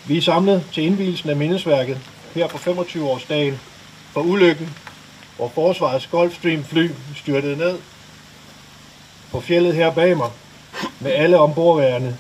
Vi er samlet til indvielsen af mindesværket her på 25-årsdagen for ulykken, hvor forsvarets Gulfstream-fly styrtede ned på fjeldet her bag mig med alle ombordværende,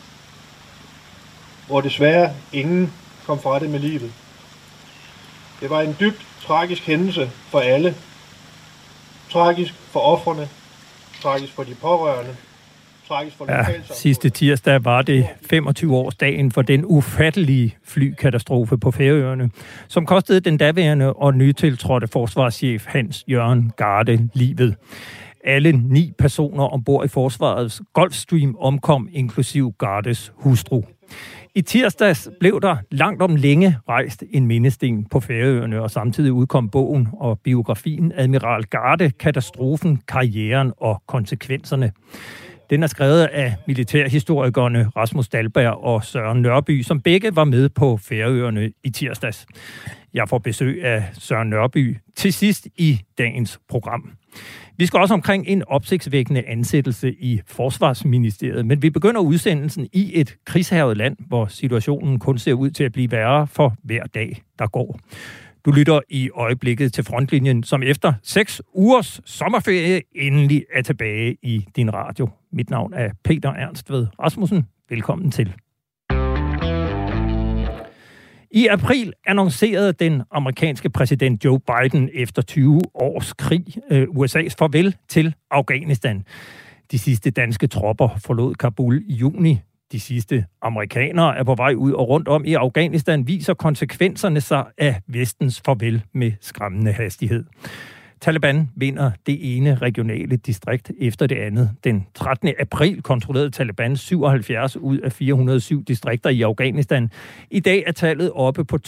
hvor desværre ingen kom fra det med livet. Det var en dybt tragisk hændelse for alle. Tragisk for ofrene, tragisk for de pårørende, tragisk for lokalsamfundet. Sidste tirsdag var det 25-årsdagen for den ufattelige flykatastrofe på Færøerne, som kostede den daværende og nytiltrådte forsvarschef Hans Jørgen Garde livet. Alle 9 personer ombord i forsvarets Gulfstream omkom, inklusiv Gardes hustru. I tirsdags blev der langt om længe rejst en mindesten på Færøerne, og samtidig udkom bogen og biografien Admiral Garde, katastrofen, karrieren og konsekvenserne. Den er skrevet af militærhistorikerne Rasmus Dahlberg og Søren Nørby, som begge var med på Færøerne i tirsdags. Jeg får besøg af Søren Nørby til sidst i dagens program. Vi skal også omkring en opsigtsvækkende ansættelse i Forsvarsministeriet, men vi begynder udsendelsen i et krigshærget land, hvor situationen kun ser ud til at blive værre for hver dag, der går. Du lytter i øjeblikket til Frontlinjen, som efter 6 ugers sommerferie endelig er tilbage i din radio. Mit navn er Peter Ernstved Rasmussen. Velkommen til. I april annoncerede den amerikanske præsident Joe Biden efter 20 års krig USA's farvel til Afghanistan. De sidste danske tropper forlod Kabul i juni. De sidste amerikanere er på vej ud og rundt om i Afghanistan, viser konsekvenserne sig af vestens farvel med skræmmende hastighed. Taliban vinder det ene regionale distrikt efter det andet. Den 13. april kontrollerede Taliban 77 ud af 407 distrikter i Afghanistan. I dag er tallet oppe på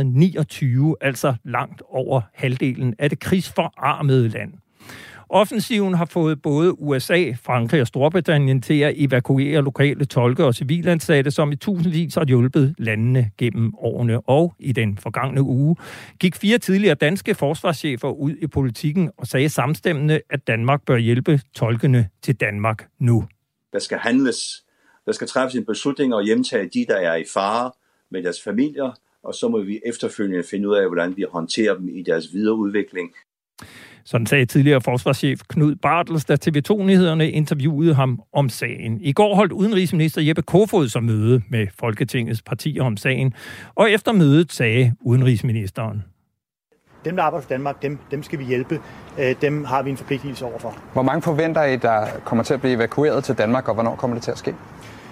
229, altså langt over halvdelen af det krigsforarmede land. Offensiven har fået både USA, Frankrig og Storbritannien til at evakuere lokale tolke og civilansatte, som i tusindvis har hjulpet landene gennem årene. Og i den forgangne uge gik 4 tidligere danske forsvarschefer ud i politikken og sagde samstemmende, at Danmark bør hjælpe tolkene til Danmark nu. Der skal handles. Der skal træffes en beslutning og hjemtage de, der er i fare med deres familier, og så må vi efterfølgende finde ud af, hvordan vi håndterer dem i deres videre udvikling. Sådan sagde tidligere forsvarschef Knud Bartels, da TV2-nyhederne interviewede ham om sagen. I går holdt udenrigsminister Jeppe Kofod så møde med Folketingets partier om sagen, og efter mødet sagde udenrigsministeren: Dem, der arbejder for Danmark, dem skal vi hjælpe. Dem har vi en forpligtelse overfor. Hvor mange forventer I, der kommer til at blive evakueret til Danmark, og hvornår kommer det til at ske?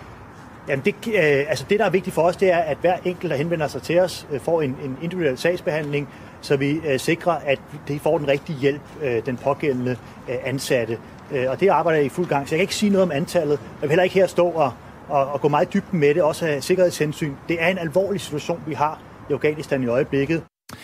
Jamen det, der er vigtigt for os, det er, at hver enkelt, der henvender sig til os, får en individuel sagsbehandling, så vi sikrer, at de får den rigtige hjælp, den pågældende ansatte. Og det arbejder jeg i fuld gang. Så jeg kan ikke sige noget om antallet. Jeg vil heller ikke her stå og gå meget dybden med det, også have sikkerhedshensyn. Det er en alvorlig situation, vi har i Afghanistan i øjeblikket.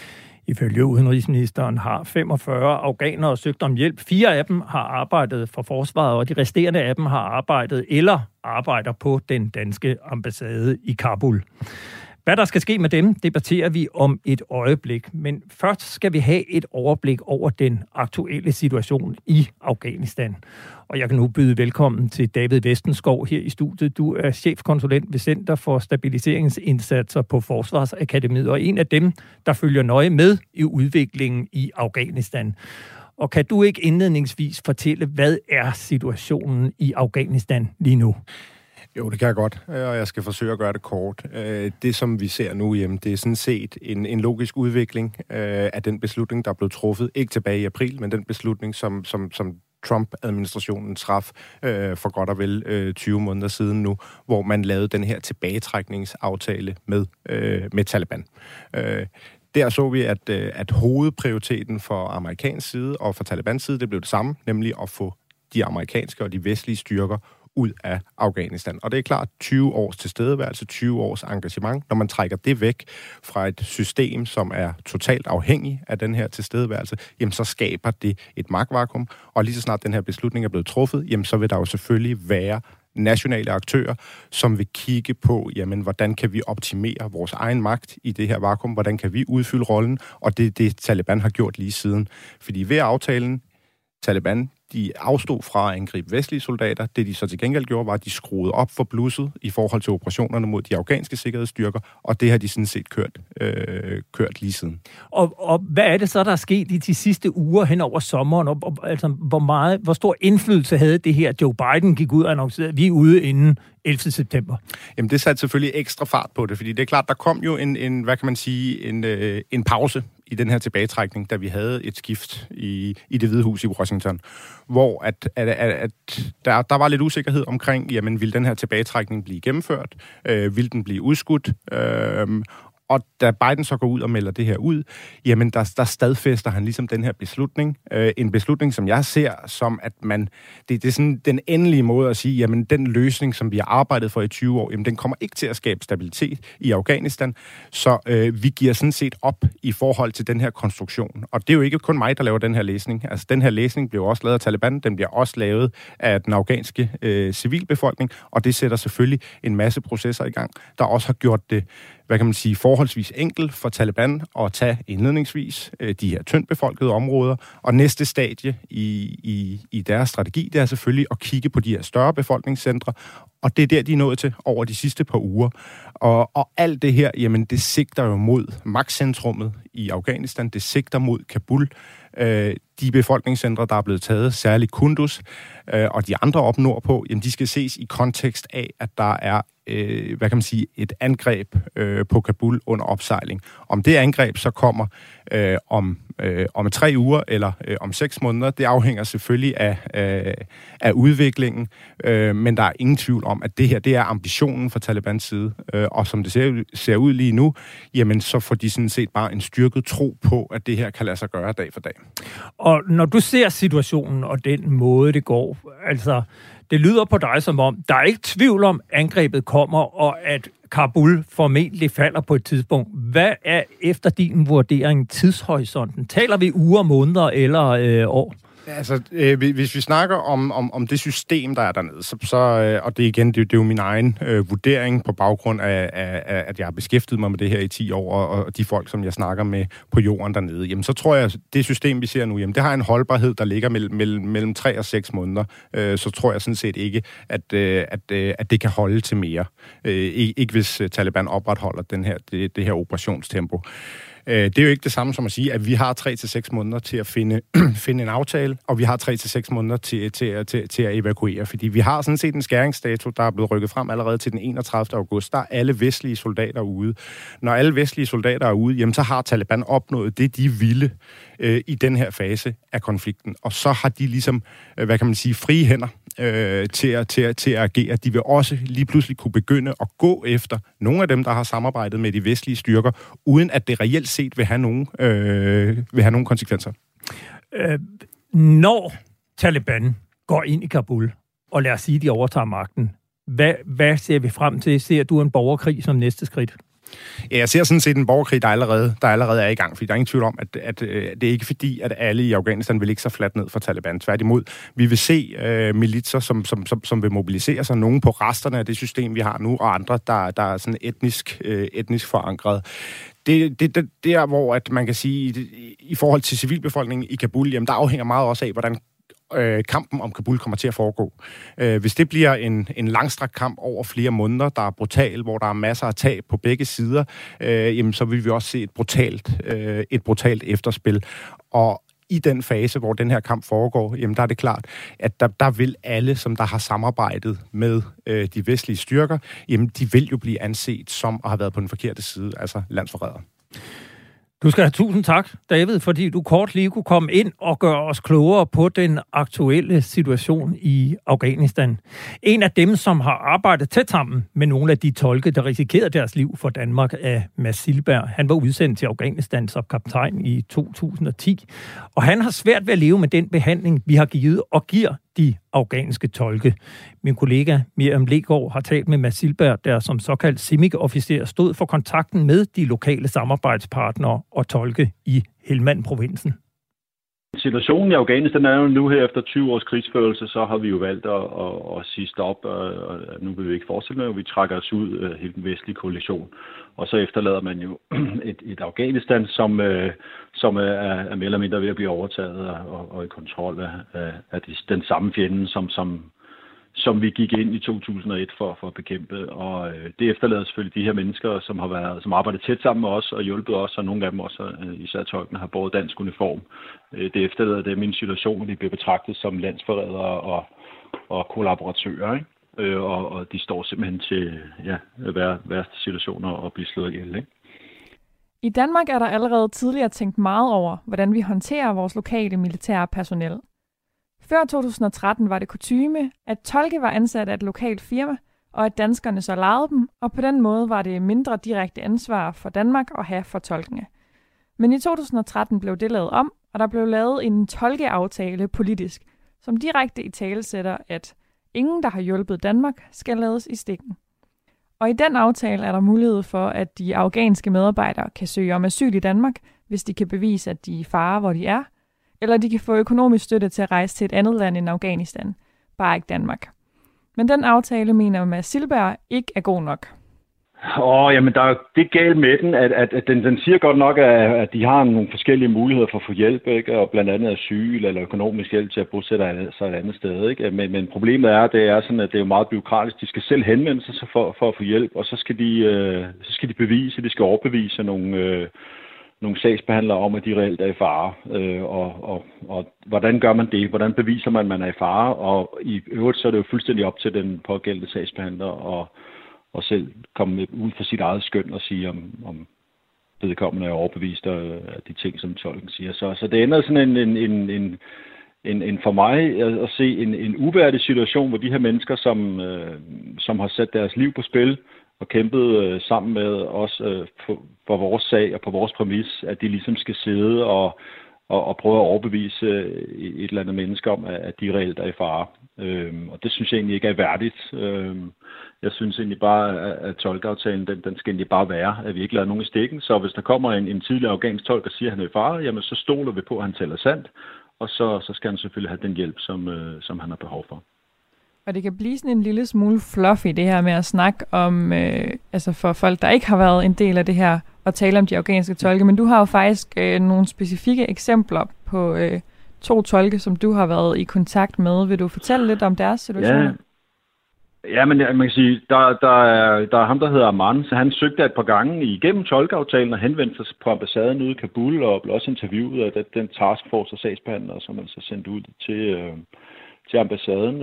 Ifølge udenrigsministeren har 45 afghanere søgt om hjælp. 4 af dem har arbejdet for forsvaret, og de resterende af dem har arbejdet eller arbejder på den danske ambassade i Kabul. Hvad der skal ske med dem, debatterer vi om et øjeblik. Men først skal vi have et overblik over den aktuelle situation i Afghanistan. Og jeg kan nu byde velkommen til David Vestenskov her i studiet. Du er chefkonsulent ved Center for Stabiliseringsindsatser på Forsvarsakademiet, og en af dem, der følger nøje med i udviklingen i Afghanistan. Og kan du ikke indledningsvis fortælle, hvad er situationen i Afghanistan lige nu? Jo, det kan jeg godt, og jeg skal forsøge at gøre det kort. Det, som vi ser nu hjemme, det er sådan set en logisk udvikling af den beslutning, der blev truffet, ikke tilbage i april, men den beslutning, som Trump-administrationen traf for godt og vel 20 måneder siden nu, hvor man lavede den her tilbagetrækningsaftale med Taliban. Der så vi, at hovedprioriteten for amerikansk side og for Talibans side, det blev det samme, nemlig at få de amerikanske og de vestlige styrker ud af Afghanistan. Og det er klart 20 års tilstedeværelse, 20 års engagement. Når man trækker det væk fra et system, som er totalt afhængig af den her tilstedeværelse, jamen så skaber det et magtvakuum. Og lige så snart den her beslutning er blevet truffet, jamen så vil der jo selvfølgelig være nationale aktører, som vil kigge på, jamen, hvordan kan vi optimere vores egen magt i det her vakuum, hvordan kan vi udfylde rollen, og det er det, Taliban har gjort lige siden. Fordi ved aftalen, Taliban, De afstod fra at angribe vestlige soldater. Det, de så til gengæld gjorde, var, at de skruede op for blusset i forhold til operationerne mod de afghanske sikkerhedsstyrker, og det har de sådan set kørt lige siden. Og hvad er det så, der er sket i de sidste uger hen over sommeren? Altså, hvor stor indflydelse havde det her? Joe Biden gik ud og annoncerede, at vi er ude inden 11. september. Jamen, det satte selvfølgelig ekstra fart på det, fordi det er klart, der kom jo en pause i den her tilbagetrækning, da vi havde et skift i det Hvide Hus i Washington, hvor at der var lidt usikkerhed omkring, jamen, vil den her tilbagetrækning blive gennemført? Vil den blive udskudt? Og da Biden så går ud og melder det her ud, jamen der stadfæster han ligesom den her beslutning. En beslutning, som jeg ser som, at det er sådan den endelige måde at sige, jamen den løsning, som vi har arbejdet for i 20 år, jamen den kommer ikke til at skabe stabilitet i Afghanistan. Så vi giver sådan set op i forhold til den her konstruktion. Og det er jo ikke kun mig, der laver den her læsning. Altså den her læsning bliver også lavet af Taliban, den bliver også lavet af den afghanske civilbefolkning, og det sætter selvfølgelig en masse processer i gang, der også har gjort det, forholdsvis enkelt for Taliban at tage indledningsvis de her tyndt befolkede områder, og næste stadie i deres strategi, det er selvfølgelig at kigge på de her større befolkningscentre, og det er der, de er nået til over de sidste par uger. Og alt det her, jamen det sigter jo mod magtcentrummet i Afghanistan, det sigter mod Kabul, de befolkningscentre, der er blevet taget, særligt Kunduz, og de andre op nordpå, jamen de skal ses i kontekst af, at der er et angreb på Kabul under opsejling. Om det angreb så kommer om 3 uger eller om 6 måneder, det afhænger selvfølgelig af udviklingen, men der er ingen tvivl om, at det her, det er ambitionen fra Talibans side, og som det ser ud lige nu, jamen så får de sådan set bare en styrket tro på, at det her kan lade sig gøre dag for dag. Og når du ser situationen og den måde, det går, altså det lyder på dig som om, der er ikke tvivl om, angrebet kommer, og at Kabul formentlig falder på et tidspunkt. Hvad er efter din vurdering tidshorisonten? Taler vi uger, måneder eller år? Altså, hvis vi snakker om det system, der er dernede, så og det igen, det er jo min egen vurdering på baggrund af, at jeg har beskæftiget mig med det her i 10 år, og de folk, som jeg snakker med på jorden dernede, jamen så tror jeg, at det system, vi ser nu, jamen det har en holdbarhed, der ligger mellem 3 og 6 måneder. Så tror jeg sådan set ikke, at det kan holde til mere. Ikke hvis Taliban opretholder det her operationstempo. Det er jo ikke det samme som at sige, at vi har 3 til 6 måneder til at finde en aftale, og vi har 3 til 6 måneder til at evakuere, fordi vi har sådan set en skæringsdato, der er blevet rykket frem allerede til den 31. august. Der er alle vestlige soldater ude. Når alle vestlige soldater er ude, jamen så har Taliban opnået det, de ville i den her fase af konflikten, og så har de ligesom, frie hænder til at agere. De vil også lige pludselig kunne begynde at gå efter nogle af dem, der har samarbejdet med de vestlige styrker, uden at det reelt set vil have nogle konsekvenser. Når Taliban går ind i Kabul, og lad os sige, de overtager magten, hvad ser vi frem til? Ser du en borgerkrig som næste skridt? Ja, jeg ser sådan set en borgerkrig, der allerede er i gang, fordi der er ingen tvivl om, at det er ikke fordi, at alle i Afghanistan vil ikke så fladt ned for Taliban. Tværtimod, vi vil se militser, som vil mobilisere sig, nogen på resterne af det system, vi har nu, og andre, der er sådan etnisk forankret. Det der, hvor at man kan sige, i forhold til civilbefolkningen i Kabul, jamen, der afhænger meget også af, hvordan kampen om Kabul kommer til at foregå. Hvis det bliver en langstrakt kamp over flere måneder, der er brutal, hvor der er masser af tab på begge sider, jamen, så vil vi også se et brutalt efterspil. Og i den fase, hvor den her kamp foregår, jamen der er det klart, at der vil alle, som der har samarbejdet med de vestlige styrker, jamen de vil jo blive anset som at have været på den forkerte side, altså landsforrædere. Du skal have 1000 tak, David, fordi du kort lige kunne komme ind og gøre os klogere på den aktuelle situation i Afghanistan. En af dem, som har arbejdet tæt sammen med nogle af de tolke, der risikerede deres liv for Danmark, er Mads Silberg. Han var udsendt til Afghanistan som kaptajn i 2010, og han har svært ved at leve med den behandling, vi har givet og giver de afghanske tolke. Min kollega Miriam Legaard har talt med Mads Silberg, der som såkaldt CIMIC-officer stod for kontakten med de lokale samarbejdspartnere og tolke i Helmand-provinsen. Situationen i Afghanistan er jo nu her efter 20 års krigsførelse, så har vi jo valgt at sige stop, og nu vil vi ikke fortsætte med, at vi trækker os ud af hele den vestlige koalition. Og så efterlader man jo et Afghanistan, som er mere eller mindre ved at blive overtaget og i kontrol af den samme fjende, som vi gik ind i 2001 for at bekæmpe. Og det efterlader selvfølgelig de her mennesker, som arbejder tæt sammen med os og hjulpet os, og nogle af dem også, især tolkene, har båret dansk uniform. Det efterlader dem i en situation, hvor de bliver betragtet som landsforrædere og kollaboratører, ikke? Og de står simpelthen til værste situationer og blive slået ihjel, ikke? I Danmark er der allerede tidligere tænkt meget over, hvordan vi håndterer vores lokale militære personel. Før 2013 var det kutyme, at tolke var ansat af et lokalt firma, og at danskerne så lejede dem, og på den måde var det mindre direkte ansvar for Danmark at have for tolkene. Men i 2013 blev det lavet om, og der blev lavet en tolkeaftale politisk, som direkte italesætter, at ingen, der har hjulpet Danmark, skal lades i stikken. Og i den aftale er der mulighed for, at de afghanske medarbejdere kan søge om asyl i Danmark, hvis de kan bevise, at de er i fare, hvor de er, eller de kan få økonomisk støtte til at rejse til et andet land end Afghanistan, bare ikke Danmark. Men den aftale mener Mads Silberg ikke er god nok. Jamen, det er galt med den, at den siger godt nok, at de har nogle forskellige muligheder for at få hjælp, ikke? Og blandt andet asyl eller økonomisk hjælp til at bosætte sig et andet sted, ikke? Men problemet er, at det er sådan, at det er meget bureaukratisk. De skal selv henvende sig for at få hjælp, og så skal de bevise, de skal overbevise nogle sagsbehandlere om, at de reelt er i fare. Og hvordan gør man det? Hvordan beviser man, at man er i fare? Og i øvrigt så er det jo fuldstændig op til den pågældende sagsbehandler og selv komme ud fra sit eget skøn og sige, om vedkommende er overbevist af de ting, som tolken siger. Så det ender sådan en for mig at se en uværdig situation, hvor de her mennesker, som har sat deres liv på spil og kæmpet sammen med os for vores sag og på vores præmis, at de ligesom skal sidde og prøve at overbevise et eller andet menneske om, at de reelt er i fare. Og det synes jeg egentlig ikke er værdigt. Jeg synes egentlig bare, at tolkeaftalen, den skal egentlig bare være, at vi ikke lader nogen i stikken. Så hvis der kommer en tidligere afghansk tolk og siger, at han er i fare, jamen så stoler vi på, at han taler sandt. Og så skal han selvfølgelig have den hjælp, som han har behov for. Og det kan blive sådan en lille smule fluffy, det her med at snakke om, altså for folk, der ikke har været en del af det her, og tale om de afghanske tolke. Men du har jo faktisk nogle specifikke eksempler på 2 tolke, som du har været i kontakt med. Vil du fortælle lidt om deres situation? Ja, men man kan sige, der er ham, der hedder Aman, så han søgte et par gange igennem tolkeaftalen og henvendte sig på ambassaden ude i Kabul, og blev også interviewet af den taskforce og sagsbehandler, som man så sendte ud til ambassaden,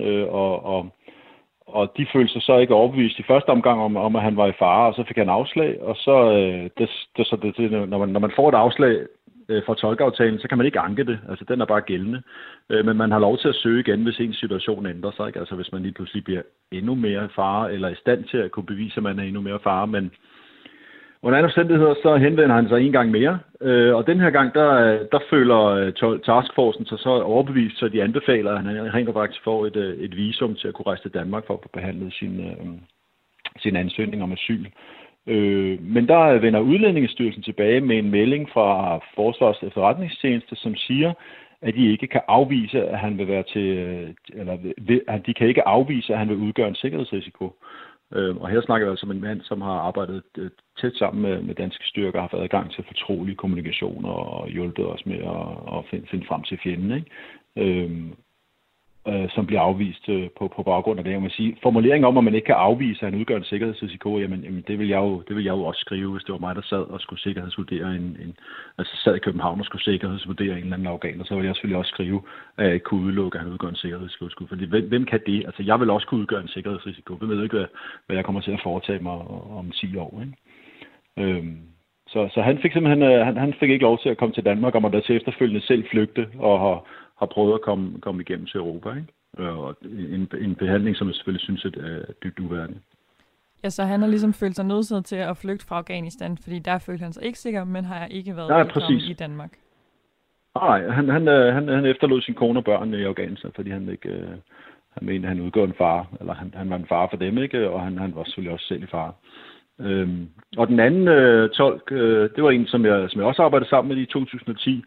og de følte sig så ikke overbevist i første omgang om at han var i fare, og så fik han afslag, og så når man får et afslag fra tolkeaftalen, så kan man ikke anke det, altså den er bare gældende, men man har lov til at søge igen, hvis ens situation ændrer sig, ikke? Altså hvis man lige pludselig bliver endnu mere i fare, eller i stand til at kunne bevise, at man er endnu mere i fare, men under andre omstændigheder, så henvender han sig en gang mere, og den her gang, der føler taskforcen sig så overbevist, så de anbefaler, at han rent faktisk får et visum til at kunne rejse til Danmark for at få behandlet sin ansøgning om asyl. Men der vender Udlændingestyrelsen tilbage med en melding fra Forsvarets Efterretningstjeneste, som siger, at de ikke kan afvise, at han vil være at de kan ikke afvise, at han vil udgøre en sikkerhedsrisiko. Og her snakker vi altså om en mand, som har arbejdet tæt sammen med danske styrker, har været i gang til fortrolige kommunikationer og hjulpet os med at finde frem til fjenden, ikke? Som bliver afvist på baggrund af det. Jeg må sige, formuleringen om, at man ikke kan afvise, at han udgør en sikkerhedsrisiko, jamen det vil jeg jo også skrive, hvis det var mig, der sad og skulle sikkerhedsvurdere altså sad i København og skulle sikkerhedsvurdere en eller anden afghaner, så ville jeg selvfølgelig også skrive, at jeg ikke kunne udelukke, at han udgør en sikkerhedsrisiko. Fordi hvem kan det? Altså jeg vil også kunne udgøre en sikkerhedsrisiko. Hvem ved ikke, hvad jeg kommer til at foretage mig om 10 år, ikke? Så han fik simpelthen han fik ikke lov til at komme til Danmark, og måtte til efterfølgende selv flygte og har prøvet at komme igennem til Europa, ikke? Og en behandling, som jeg selvfølgelig synes er dybt uværdig. Ja, så han har ligesom følt sig nødsaget til at flygte fra Afghanistan, fordi der følte han sig ikke sikker, men har ikke været velkommen i Danmark. Nej, han efterlod sin kone og børn i Afghanistan, fordi han mente, han udgjorde en fare, eller han var en fare for dem, ikke? Og han var selvfølgelig også selv i fare. Og den anden tolk, det var en, som jeg også arbejdede sammen med i 2010,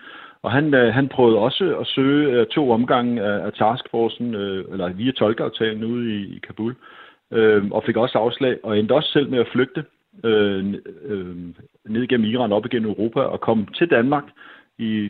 Og han prøvede også at søge 2 omgange af taskforcen, eller via tolkeaftalen ude i Kabul, og fik også afslag, og endte også selv med at flygte ned gennem Iran op igennem Europa og kom til Danmark i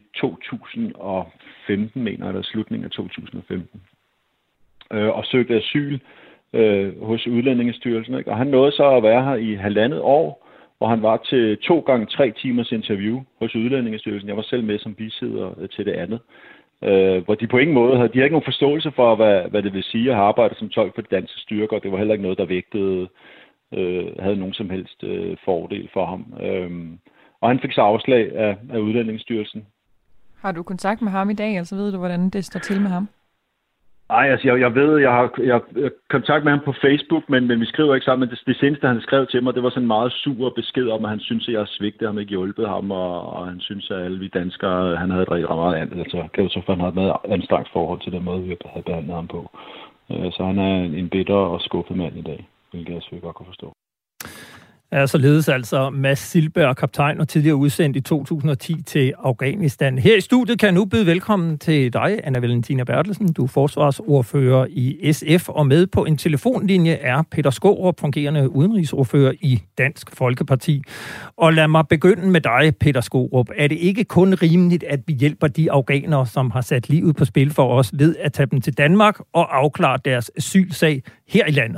2015, mener jeg, eller slutningen af 2015. Og søgte asyl hos Udlændingestyrelsen. Ikke? Og han nåede så at være her i 1,5 år, hvor han var til 2 gange 3 timers interview hos Udlændingestyrelsen. Jeg var selv med som bisidder til det andet. Hvor de på ingen måde havde, de havde ikke nogen forståelse for, hvad det vil sige at have arbejdet som tolk for de danske styrker. Det var heller ikke noget, der vægtede, havde nogen som helst fordel for ham. Og han fik så afslag af Udlændingsstyrelsen. Har du kontakt med ham i dag, altså ved du, hvordan det står til med ham? Nej, altså jeg ved, jeg har kontakt med ham på Facebook, men vi skriver ikke sammen. Det seneste, han skrev til mig, det var sådan en meget sur besked om, at han synes, at jeg har svigtet ham, ikke hjulpet ham, og han synes, at alle vi danskere, han havde et rigtig meget andet. Altså, kan jo så for, han havde et meget anstrengt forhold til den måde, vi havde behandlet ham på. Så han er en bitter og skuffet mand i dag, hvilket jeg selvfølgelig godt kan forstå. Er således altså Mads Silberg, kaptajn og tidligere udsendt i 2010 til Afghanistan. Her i studiet kan jeg nu byde velkommen til dig, Anna Valentina Bertelsen. Du er forsvarsordfører i SF, og med på en telefonlinje er Peter Skaarup, fungerende udenrigsordfører i Dansk Folkeparti. Og lad mig begynde med dig, Peter Skaarup. Er det ikke kun rimeligt, at vi hjælper de afghanere, som har sat livet på spil for os, ved at tage dem til Danmark og afklare deres asylsag her i landet?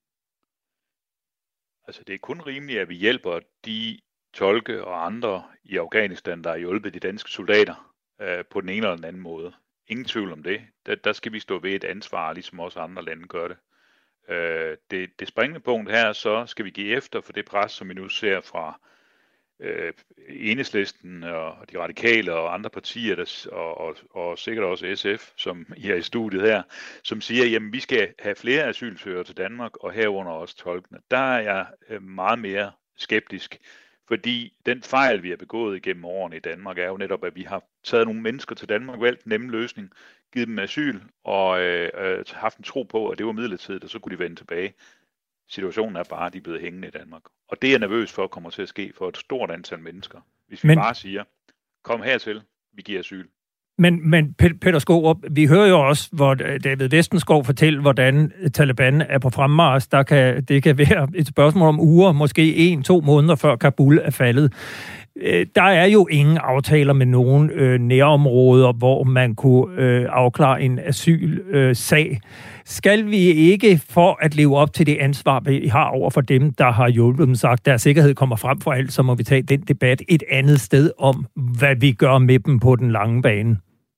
Altså, det er kun rimeligt, at vi hjælper de tolke og andre i Afghanistan, der har hjulpet de danske soldater på den ene eller den anden måde. Ingen tvivl om det. Der skal vi stå ved et ansvar, ligesom også andre lande gør det. Det springende punkt her, så skal vi give efter for det pres, som vi nu ser fra Enhedslisten og de radikale og andre partier, og sikkert også SF, som I er i studiet her, som siger, jamen vi skal have flere asylsøgere til Danmark, og herunder også tolkene. Der er jeg meget mere skeptisk, fordi den fejl, vi har begået igennem årene i Danmark, er jo netop, at vi har taget nogle mennesker til Danmark, valgt en nem løsning, givet dem asyl, og haft en tro på, at det var midlertidigt, og så kunne de vende tilbage. Situationen er bare, at de er blevet hængende i Danmark. Og det er jeg nervøs for, at kommer til at ske for et stort antal mennesker. Hvis vi bare siger, kom hertil, vi giver asyl. Men Peter Skaarup, vi hører jo også, hvor David Vestenskov fortæller, hvordan Taliban er på fremmarch. Det kan være et spørgsmål om uger, måske 1-2 måneder før Kabul er faldet. Der er jo ingen aftaler med nogen nærområder, hvor man kunne afklare en asylsag. Skal vi ikke, for at leve op til det ansvar, vi har over for dem, der har hjulpet dem, sagt, deres sikkerhed kommer frem for alt, så må vi tage den debat et andet sted om, hvad vi gør med dem på den lange bane?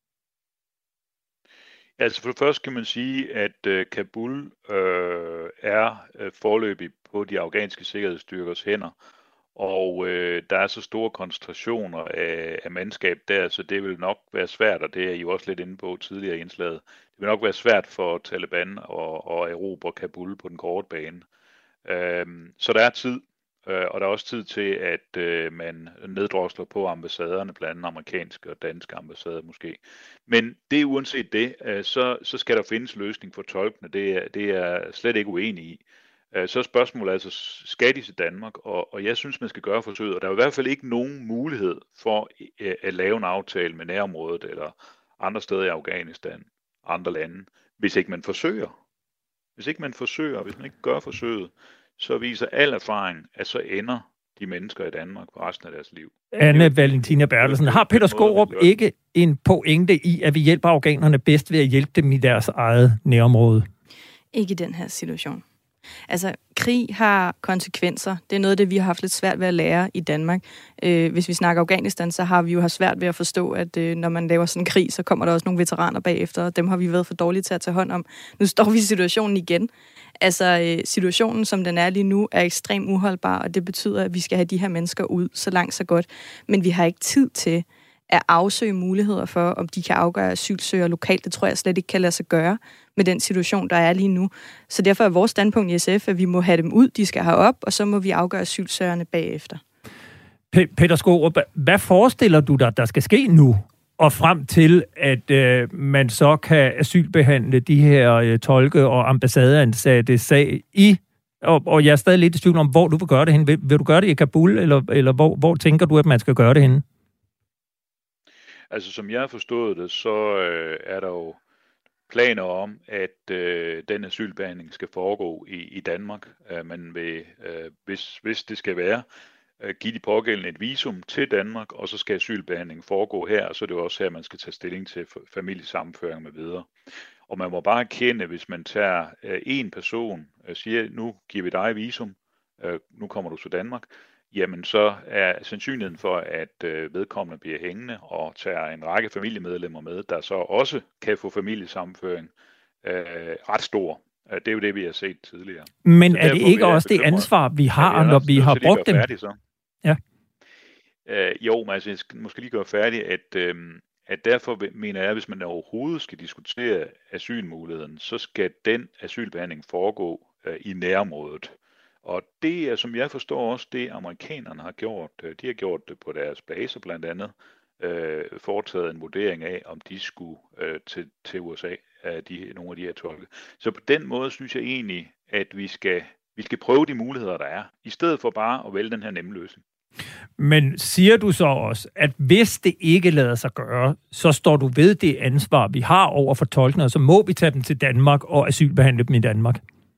Altså for det første kan man sige, at Kabul er foreløbig på de afghanske sikkerhedsstyrkers hænder, og der er så store koncentrationer af mandskab der, så det vil nok være svært, og det er I jo også lidt inde på tidligere i indslaget. Det vil nok være svært for Taliban at erobre Kabul på den korte bane. Så der er tid, og der er også tid til, at man neddrosler på ambassaderne, blandt andet amerikanske og danske ambassader måske. Men det uanset det, så skal der findes løsning for tolkene. Det er slet ikke uenig i. Så er spørgsmålet altså, skal de til Danmark? Og jeg synes, man skal gøre forsøget. Og der er i hvert fald ikke nogen mulighed for at lave en aftale med nærområdet eller andre steder i Afghanistan, andre lande, hvis ikke man forsøger. Hvis ikke man forsøger, hvis man ikke gør forsøget, så viser al erfaring, at så ender de mennesker i Danmark på resten af deres liv. Anne Valentina Bertelsen, har Peter Skaarup ikke en pointe i, at vi hjælper afghanerne bedst ved at hjælpe dem i deres eget nærområde? Ikke i den her situation. Altså, krig har konsekvenser. Det er noget af det, vi har haft lidt svært ved at lære i Danmark. Hvis vi snakker Afghanistan, så har vi jo haft svært ved at forstå, at når man laver sådan en krig, så kommer der også nogle veteraner bagefter, og dem har vi været for dårlige til at tage hånd om. Nu står vi i situationen igen. Altså, situationen, som den er lige nu, er ekstremt uholdbar, og det betyder, at vi skal have de her mennesker ud så langt, så godt. Men vi har ikke tid til at afsøge muligheder for, om de kan afgøre asylsøgere lokalt. Det tror jeg slet ikke kan lade sig gøre med den situation, der er lige nu. Så derfor er vores standpunkt i SF, at vi må have dem ud, de skal have op, og så må vi afgøre asylsøgerne bagefter. Peter Skaarup, hvad forestiller du dig, der skal ske nu, og frem til, at man så kan asylbehandle de her tolke- og ambassadeansatte sag i, og jeg er stadig lidt i tvivl om, hvor du vil gøre det hen. Vil du gøre det i Kabul, eller hvor tænker du, at man skal gøre det henne? Altså, som jeg har forstået det, så er der jo planer om, at den asylbehandling skal foregå i Danmark. Man vil, hvis det skal være, give de pågældende et visum til Danmark, og så skal asylbehandlingen foregå her, og så er det jo også her, man skal tage stilling til familiesammenføring med videre. Og man må bare erkende, hvis man tager en person og siger, nu giver vi dig visum, nu kommer du til Danmark, jamen så er sandsynligheden for, at vedkommende bliver hængende og tager en række familiemedlemmer med, der så også kan få familiesammenføring, ret stor. Det er jo det, vi har set tidligere. Men er det ikke også det ansvar, vi har, når vi har brugt dem? Færdig, så. Ja. Jo, men altså, jeg skal måske lige gøre færdig, at derfor mener jeg, at hvis man overhovedet skal diskutere asylmuligheden, så skal den asylbehandling foregå i nærområdet. Og det er, som jeg forstår også, det amerikanerne har gjort. De har gjort det på deres baser blandt andet, foretaget en vurdering af, om de skulle til USA, nogle af de her tolke. Så på den måde synes jeg egentlig, at vi skal prøve de muligheder, der er, i stedet for bare at vælge den her nemme løsning. Men siger du så også, at hvis det ikke lader sig gøre, så står du ved det ansvar, vi har over for tolkene, og så må vi tage dem til Danmark og asylbehandle dem i Danmark?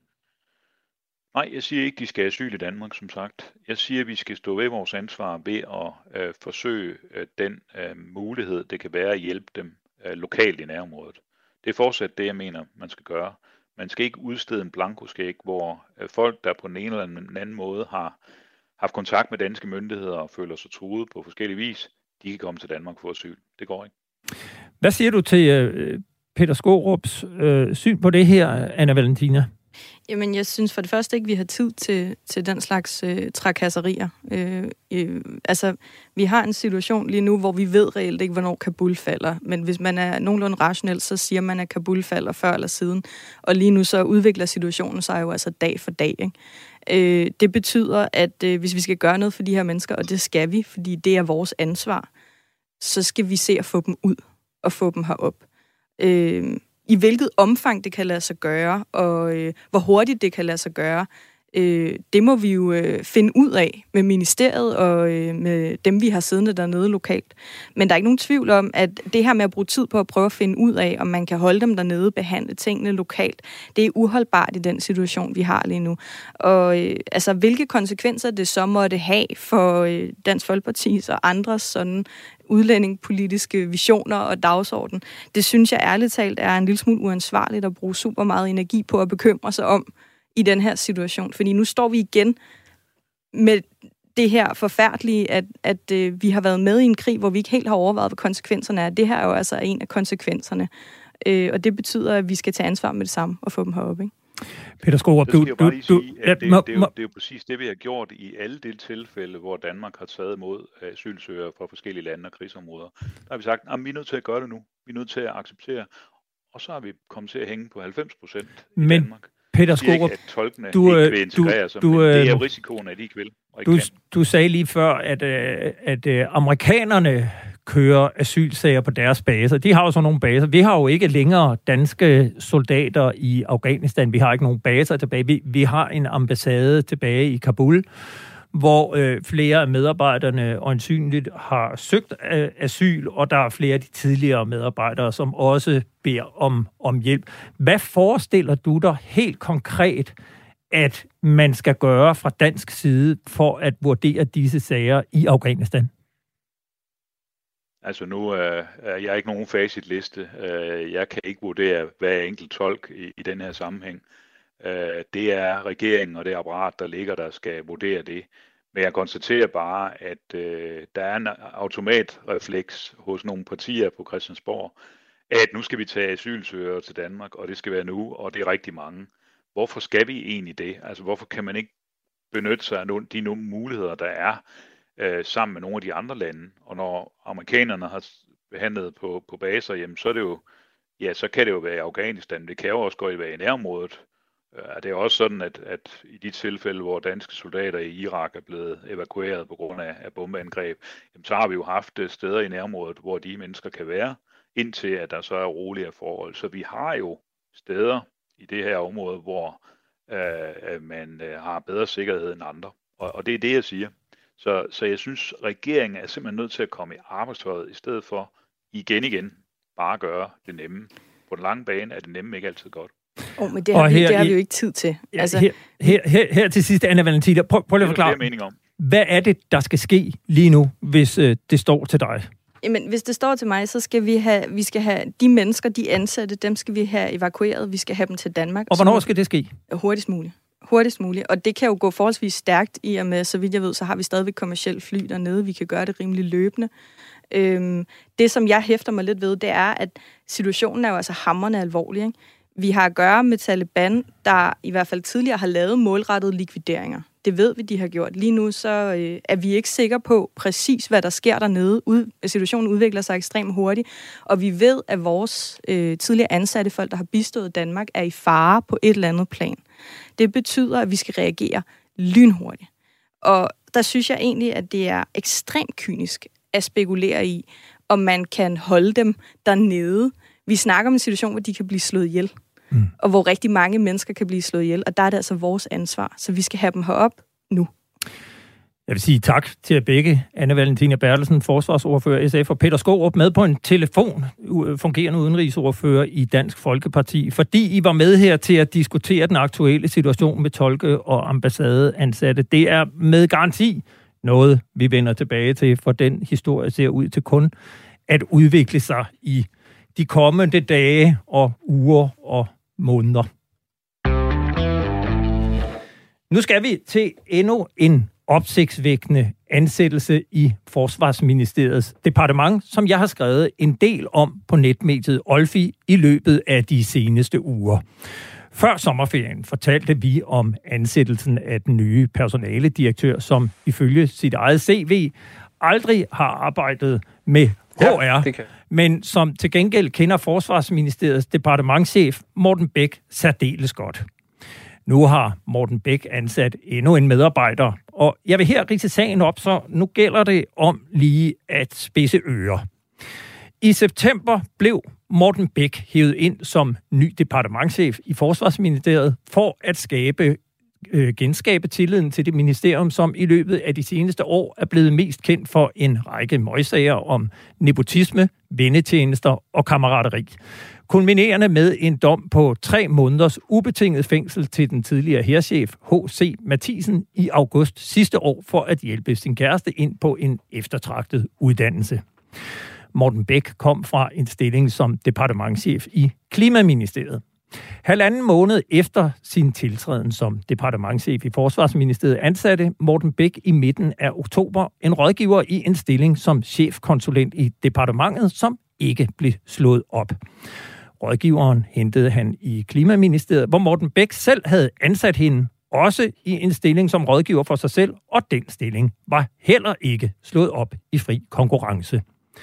Nej, jeg siger ikke, de skal asyl i Danmark, som sagt. Jeg siger, at vi skal stå ved vores ansvar ved at forsøge den mulighed, det kan være at hjælpe dem lokalt i nærområdet. Det er fortsat det, jeg mener, man skal gøre. Man skal ikke udstede en blankocheck, hvor folk, der på en eller anden måde har haft kontakt med danske myndigheder og føler sig truet på forskellige vis, de kan komme til Danmark for asyl. Det går ikke. Hvad siger du til Peter Skaarups syn på det her, Anna Valentina? Jamen, jeg synes for det første ikke, vi har tid til den slags trakasserier. Altså, vi har en situation lige nu, hvor vi ved reelt ikke, hvornår Kabul falder. Men hvis man er nogenlunde rationel, så siger man, at Kabul falder før eller siden. Og lige nu så udvikler situationen sig jo altså dag for dag, ikke? Det betyder, at hvis vi skal gøre noget for de her mennesker, og det skal vi, fordi det er vores ansvar, så skal vi se at få dem ud og få dem herop. I hvilket omfang det kan lade sig gøre, og hvor hurtigt det kan lade sig gøre, det må vi jo finde ud af med ministeriet og med dem, vi har siddende dernede lokalt. Men der er ikke nogen tvivl om, at det her med at bruge tid på at prøve at finde ud af, om man kan holde dem dernede, behandle tingene lokalt, det er uholdbart i den situation, vi har lige nu. Og altså, hvilke konsekvenser det så måtte have for Dansk Folkepartis og andres sådan udlændingepolitiske visioner og dagsorden, det synes jeg ærligt talt er en lille smule uansvarligt at bruge super meget energi på at bekymre sig om i den her situation. Fordi nu står vi igen med det her forfærdelige, at vi har været med i en krig, hvor vi ikke helt har overvejet, hvad konsekvenserne er. Det her er jo altså en af konsekvenserne. Og det betyder, at vi skal tage ansvar med det samme og få dem heroppe, ikke? Peter Skaarup, det er jo præcis det, vi har gjort i alle de tilfælde, hvor Danmark har taget imod asylsøgere fra forskellige lande og krigsområder. Der har vi sagt, at vi er nødt til at gøre det nu. Vi er nødt til at acceptere. Og så har vi kommet til at hænge på 90% i Danmark. Peter Skaarup, ikke, at tolkene ikke vil integrere sig, men det er jo risikoen, at de ikke vil. Du sagde lige før, at amerikanerne kører asylsager på deres baser. De har jo sådan nogle baser. Vi har jo ikke længere danske soldater i Afghanistan. Vi har ikke nogen baser tilbage. Vi har en ambassade tilbage i Kabul, hvor flere af medarbejderne øjensynligt har søgt asyl, og der er flere af de tidligere medarbejdere, som også beder om hjælp. Hvad forestiller du dig helt konkret, at man skal gøre fra dansk side for at vurdere disse sager i Afghanistan? Altså nu er jeg ikke nogen facitliste. Jeg kan ikke vurdere hver enkelt tolk i den her sammenhæng. Det er regeringen og det apparat, der ligger, der skal vurdere det. Men jeg konstaterer bare, at der er en automatrefleks hos nogle partier på Christiansborg, at nu skal vi tage asylsøgere til Danmark, og det skal være nu, og det er rigtig mange. Hvorfor skal vi egentlig det? Altså hvorfor kan man ikke benytte sig af de muligheder, der er sammen med nogle af de andre lande? Og når amerikanerne har behandlet på baser, jamen, så er det jo, ja, så kan det jo være i Afghanistan. Det kan jo også godt være i nærområdet. Det er også sådan, at i de tilfælde, hvor danske soldater i Irak er blevet evakueret på grund af bombeangreb, jamen, så har vi jo haft steder i nærområdet, hvor de mennesker kan være, indtil at der så er roligere forhold. Så vi har jo steder i det her område, hvor man har bedre sikkerhed end andre. Og det er det, jeg siger. Så jeg synes, regeringen er simpelthen nødt til at komme i arbejdstøjet, i stedet for igen bare gøre det nemme. På den lange bane er det nemme ikke altid godt. Men det har vi jo ikke tid til. Ja, altså. Her til sidst, Anna Valentina, prøv lige at forklare, hvad er det, der skal ske lige nu, hvis det står til dig? Jamen, hvis det står til mig, så skal vi skal have de mennesker, de ansatte, dem skal vi have evakueret. Vi skal have dem til Danmark. Og hvornår skal det ske? Hurtigst muligt. Og det kan jo gå forholdsvis stærkt i og med, så vidt jeg ved, så har vi stadigvæk kommercielt fly dernede. Vi kan gøre det rimelig løbende. Det, som jeg hæfter mig lidt ved, det er, at situationen er jo altså hamrende alvorlig, ikke? Vi har at gøre med Taliban, der i hvert fald tidligere har lavet målrettede likvideringer. Det ved vi, de har gjort. Lige nu så er vi ikke sikre på præcis, hvad der sker dernede. Situationen udvikler sig ekstremt hurtigt, og vi ved, at vores tidligere ansatte folk, der har bistået Danmark, er i fare på et eller andet plan. Det betyder, at vi skal reagere lynhurtigt. Og der synes jeg egentlig, at det er ekstremt kynisk at spekulere i, om man kan holde dem dernede. Vi snakker om en situation, hvor de kan blive slået ihjel. Og hvor rigtig mange mennesker kan blive slået ihjel, og der er det altså vores ansvar, så vi skal have dem herop nu. Jeg vil sige tak til jer begge, Anna Valentina Bertelsen, forsvarsordfører SF, og Peter Skaarup med på en telefon, fungerende udenrigsordfører i Dansk Folkeparti, fordi I var med her til at diskutere den aktuelle situation med tolke- og ambassadeansatte. Det er med garanti noget, vi vender tilbage til, for den historie ser ud til kun at udvikle sig i de kommende dage og uger og måneder. Nu skal vi til endnu en opsigtsvækkende ansættelse i Forsvarsministeriets departement, som jeg har skrevet en del om på netmediet Olfi i løbet af de seneste uger. Før sommerferien fortalte vi om ansættelsen af den nye personaledirektør, som ifølge sit eget CV aldrig har arbejdet med HR, men som til gengæld kender Forsvarsministeriets departementschef Morten Bæk særdeles godt. Nu har Morten Bæk ansat endnu en medarbejder, og jeg vil her ridse sagen op, så nu gælder det om lige at spidse ører. I september blev Morten Bæk hævet ind som ny departementschef i Forsvarsministeriet for at genskabe tilliden til det ministerium, som i løbet af de seneste år er blevet mest kendt for en række møgsager om nepotisme, vennetjenester og kammerateri. Kulminerende med en dom på 3 måneders ubetinget fængsel til den tidligere hærchef H.C. Mathisen i august sidste år for at hjælpe sin kæreste ind på en eftertragtet uddannelse. Morten Bæk kom fra en stilling som departementschef i Klimaministeriet. 1,5 måned efter sin tiltræden som departementschef i Forsvarsministeriet ansatte Morten Bæk i midten af oktober en rådgiver i en stilling som chefkonsulent i departementet, som ikke blev slået op. Rådgiveren hentede han i Klimaministeriet, hvor Morten Bæk selv havde ansat hende, også i en stilling som rådgiver for sig selv, og den stilling var heller ikke slået op i fri konkurrence.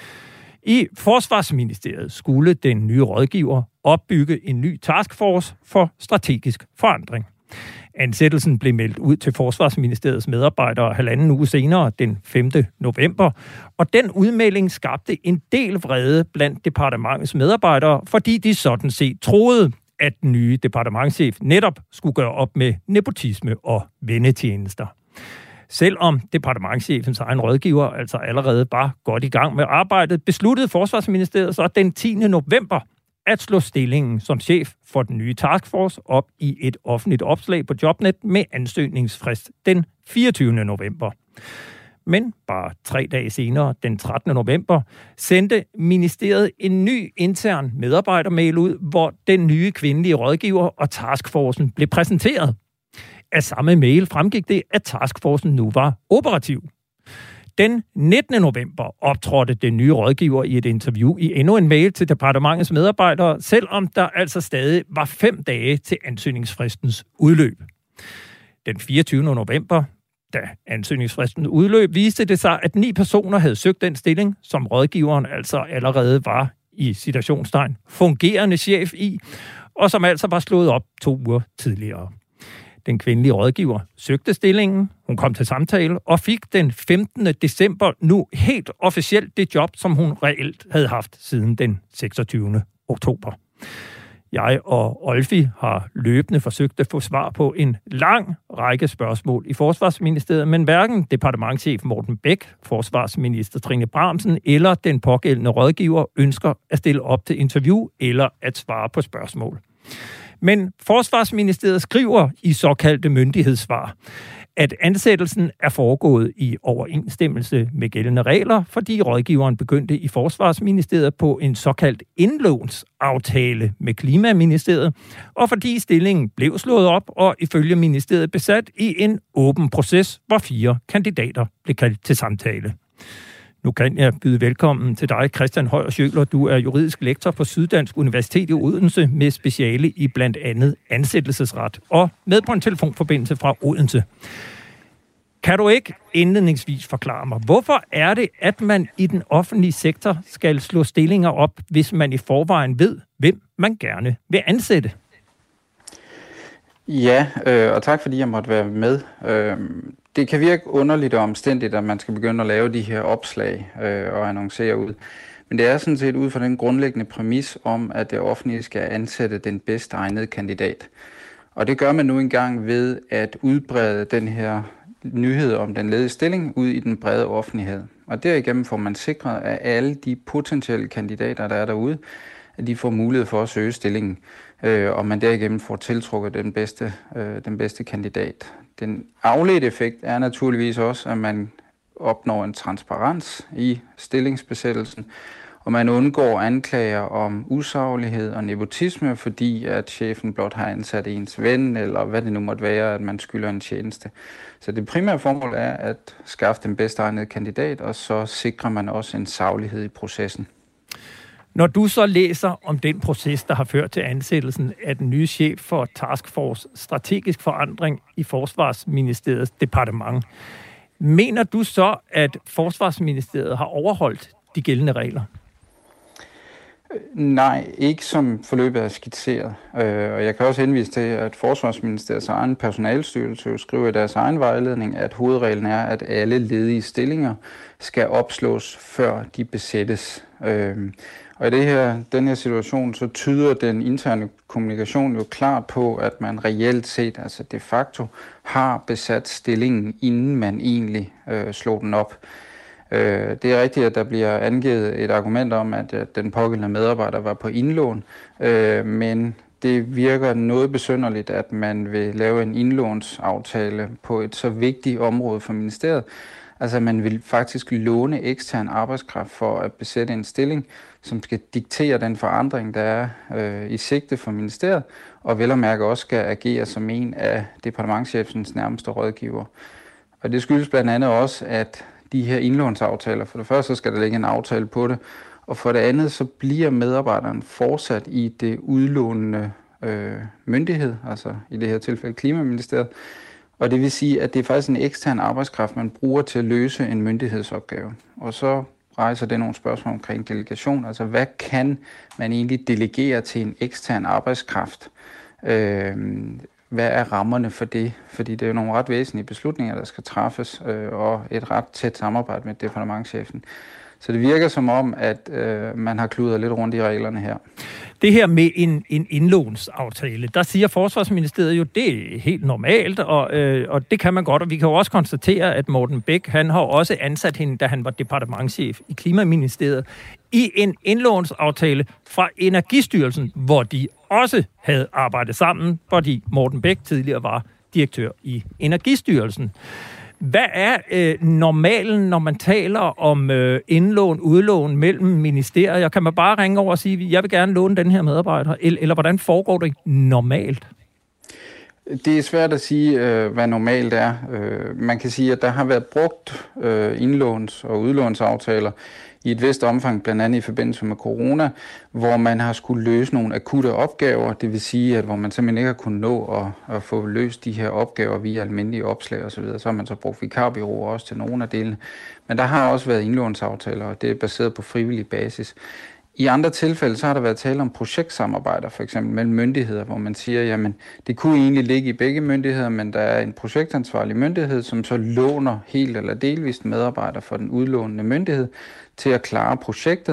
I Forsvarsministeriet skulle den nye rådgiver opbygge en ny taskforce for strategisk forandring. Ansættelsen blev meldt ud til Forsvarsministeriets medarbejdere 1,5 uge senere, den 5. november, og den udmelding skabte en del vrede blandt departementets medarbejdere, fordi de sådan set troede, at den nye departementschef netop skulle gøre op med nepotisme og vennetjenester. Selvom departementschefens egen rådgiver altså allerede var godt i gang med arbejdet, besluttede Forsvarsministeriet så den 10. november at slå stillingen som chef for den nye taskforce op i et offentligt opslag på Jobnet med ansøgningsfrist den 24. november. Men bare 3 dage senere, den 13. november, sendte ministeriet en ny intern medarbejdermail ud, hvor den nye kvindelige rådgiver og taskforcen blev præsenteret. Af samme mail fremgik det, at taskforcen nu var operativ. Den 19. november optrådte den nye rådgiver i et interview i endnu en mail til departementets medarbejdere, selvom der altså stadig var 5 dage til ansøgningsfristens udløb. Den 24. november, da ansøgningsfristen udløb, viste det sig, at 9 personer havde søgt den stilling, som rådgiveren altså allerede var i citationstegn fungerende chef i, og som altså var slået op 2 uger tidligere. Den kvindelige rådgiver søgte stillingen, hun kom til samtale og fik den 15. december nu helt officielt det job, som hun reelt havde haft siden den 26. oktober. Jeg og Olfi har løbende forsøgt at få svar på en lang række spørgsmål i Forsvarsministeriet, men hverken departementschef Morten Bæk, forsvarsminister Trine Bramsen eller den pågældende rådgiver ønsker at stille op til interview eller at svare på spørgsmål. Men Forsvarsministeriet skriver i såkaldte myndighedssvar, at ansættelsen er foregået i overensstemmelse med gældende regler, fordi rådgiveren begyndte i Forsvarsministeriet på en såkaldt indlånsaftale med Klimaministeriet, og fordi stillingen blev slået op og ifølge ministeriet besat i en åben proces, hvor 4 kandidater blev kaldt til samtale. Nu kan jeg byde velkommen til dig, Christian Højer Schøler. Du er juridisk lektor på Syddansk Universitet i Odense med speciale i blandt andet ansættelsesret og med på en telefonforbindelse fra Odense. Kan du ikke indledningsvis forklare mig, hvorfor er det, at man i den offentlige sektor skal slå stillinger op, hvis man i forvejen ved, hvem man gerne vil ansætte? Ja, og tak fordi jeg måtte være med. Det kan virke underligt og omstændigt, at man skal begynde at lave de her opslag og annoncere ud. Men det er sådan set ud fra den grundlæggende præmis om, at det offentlige skal ansætte den bedst egnede kandidat. Og det gør man nu engang ved at udbrede den her nyhed om den ledige stilling ud i den brede offentlighed. Og derigennem får man sikret, at alle de potentielle kandidater, der er derude, at de får mulighed for at søge stillingen, og man derigennem får tiltrukket den bedste kandidat. Den afledte effekt er naturligvis også, at man opnår en transparens i stillingsbesættelsen, og man undgår anklager om usaglighed og nepotisme, fordi at chefen blot har ansat ens ven, eller hvad det nu måtte være, at man skylder en tjeneste. Så det primære formål er at skaffe den bedst egnede kandidat, og så sikrer man også en saglighed i processen. Når du så læser om den proces, der har ført til ansættelsen af den nye chef for Taskforce Strategisk Forandring i Forsvarsministeriets departement, mener du så, at Forsvarsministeriet har overholdt de gældende regler? Nej, ikke som forløbet er skitseret. Og jeg kan også henvise til, at Forsvarsministeriets egen personalestyrelse skriver i deres egen vejledning, at hovedreglen er, at alle ledige stillinger skal opslås, før de besættes. Og i den her situation, så tyder den interne kommunikation jo klart på, at man reelt set, altså de facto, har besat stillingen, inden man egentlig slår den op. Det er rigtigt, at der bliver angivet et argument om, at den pågældende medarbejder var på indlån, men det virker noget besynderligt, at man vil lave en indlånsaftale på et så vigtigt område for ministeriet. Altså man vil faktisk låne ekstern arbejdskraft for at besætte en stilling, som skal diktere den forandring, der er i sigte for ministeriet, og vel at mærke også skal agere som en af departementschefens nærmeste rådgiver. Og det skyldes blandt andet også, at de her indlånsaftaler, for det første så skal der ligge en aftale på det, og for det andet så bliver medarbejderen fortsat i det udlånende myndighed, altså i det her tilfælde Klimaministeriet, og det vil sige, at det er faktisk en ekstern arbejdskraft, man bruger til at løse en myndighedsopgave. Og så rejser det nogle spørgsmål omkring delegation, altså hvad kan man egentlig delegere til en ekstern arbejdskraft? Hvad er rammerne for det? Fordi det er jo nogle ret væsentlige beslutninger, der skal træffes, og et ret tæt samarbejde med departementschefen. Så det virker som om, at man har kludret lidt rundt i reglerne her. Det her med en indlånsaftale, der siger Forsvarsministeriet jo, det er helt normalt, og det kan man godt. Og vi kan jo også konstatere, at Morten Bæk, han har også ansat hende, da han var departementschef i Klimaministeriet, i en indlånsaftale fra Energistyrelsen, hvor de også havde arbejdet sammen, fordi Morten Bæk tidligere var direktør i Energistyrelsen. Hvad er normalen, når man taler om indlån, udlån mellem ministerier? Kan man bare ringe over og sige, jeg vil gerne låne den her medarbejder? Eller hvordan foregår det normalt? Det er svært at sige, hvad normalt er. Man kan sige, at der har været brugt indlåns- og udlånsaftaler i et vist omfang, blandt andet i forbindelse med corona, hvor man har skulle løse nogle akutte opgaver, det vil sige, at hvor man simpelthen ikke har kunnet nå at få løst de her opgaver via almindelige opslag osv., så har man så brugt vikarbureauer også til nogle af delene. Men der har også været indlånsaftaler, og det er baseret på frivillig basis. I andre tilfælde, så har der været tale om projektsamarbejder, for eksempel mellem myndigheder, hvor man siger, jamen det kunne egentlig ligge i begge myndigheder, men der er en projektansvarlig myndighed, som så låner helt eller delvist medarbejdere for den udlånende myndighed til at klare projektet,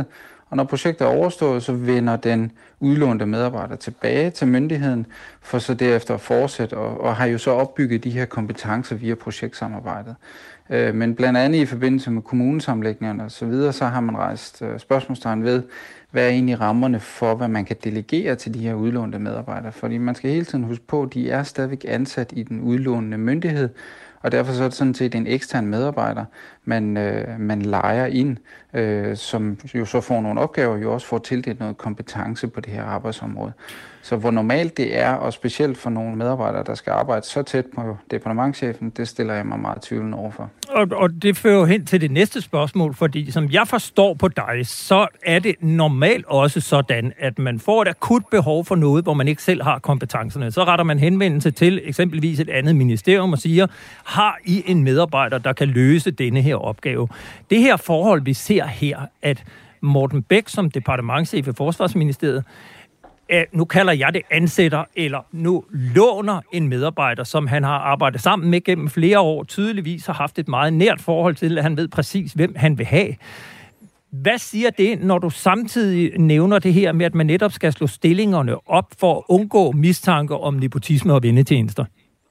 Og når projektet er overstået, så vender den udlånte medarbejder tilbage til myndigheden, for så derefter at fortsætte, og har jo så opbygget de her kompetencer via projektsamarbejdet. Men blandt andet i forbindelse med kommunesammenlægningerne og så videre, så har man rejst spørgsmålstegn ved, hvad er egentlig rammerne for, hvad man kan delegere til de her udlånte medarbejdere. Fordi man skal hele tiden huske på, at de er stadigvæk ansat i den udlånende myndighed, og derfor så er det sådan set en ekstern medarbejder, man lejer ind, som jo så får nogle opgaver, jo også får tildelt noget kompetence på det her arbejdsområde. Så hvor normalt det er, og specielt for nogle medarbejdere, der skal arbejde så tæt på departementschefen, det stiller jeg mig meget tvivlende overfor. Og det fører jo hen til det næste spørgsmål, fordi som jeg forstår på dig, så er det normalt også sådan, at man får et akut behov for noget, hvor man ikke selv har kompetencerne. Så retter man henvendelse til eksempelvis et andet ministerium og siger, har I en medarbejder, der kan løse denne her opgave? Det her forhold, vi ser her, at Morten Bæk som departementschef i Forsvarsministeriet, nu kalder jeg det ansætter, eller nu låner en medarbejder, som han har arbejdet sammen med gennem flere år, tydeligvis har haft et meget nært forhold til, at han ved præcis, hvem han vil have. Hvad siger det, når du samtidig nævner det her med, at man netop skal slå stillingerne op for at undgå mistanke om nepotisme og vennetjenester?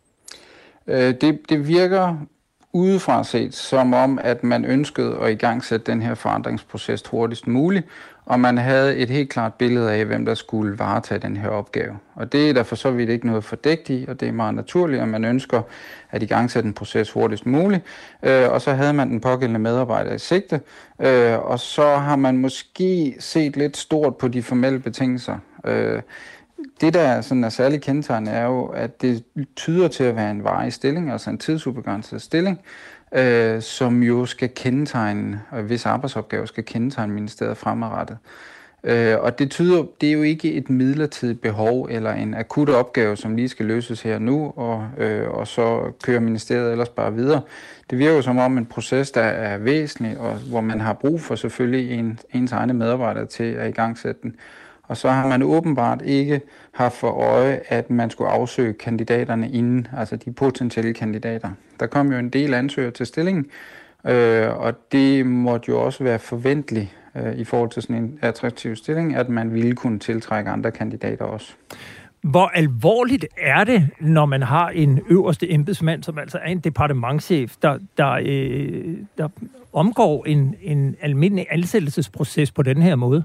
Det virker udefra set som om, at man ønskede at igangsætte den her forandringsproces hurtigst muligt, og man havde et helt klart billede af, hvem der skulle varetage den her opgave. Og det er der for så vidt ikke noget fordækt i, og det er meget naturligt, at man ønsker at igangsætte en proces hurtigst muligt. Og så havde man den pågældende medarbejder i sigte, og så har man måske set lidt stort på de formelle betingelser. Det, der sådan er særligt kendetegnende, er jo, at det tyder til at være en varig stilling, altså en tidsubegrænset stilling, som jo skal kendetegne, hvis arbejdsopgaver skal kendetegne ministeriet fremadrettet. Og det er jo ikke et midlertidigt behov eller en akut opgave, som lige skal løses her nu, og så kører ministeriet ellers bare videre. Det virker jo som om en proces, der er væsentlig, og hvor man har brug for selvfølgelig ens egne medarbejdere til at igangsætte den. Og så har man åbenbart ikke haft for øje, at man skulle afsøge kandidaterne inden, altså de potentielle kandidater. Der kom jo en del ansøgere til stillingen, og det måtte jo også være forventeligt i forhold til sådan en attraktiv stilling, at man ville kunne tiltrække andre kandidater også. Hvor alvorligt er det, når man har en øverste embedsmand, som altså er en departementschef, der omgår en almindelig ansættelsesproces på den her måde?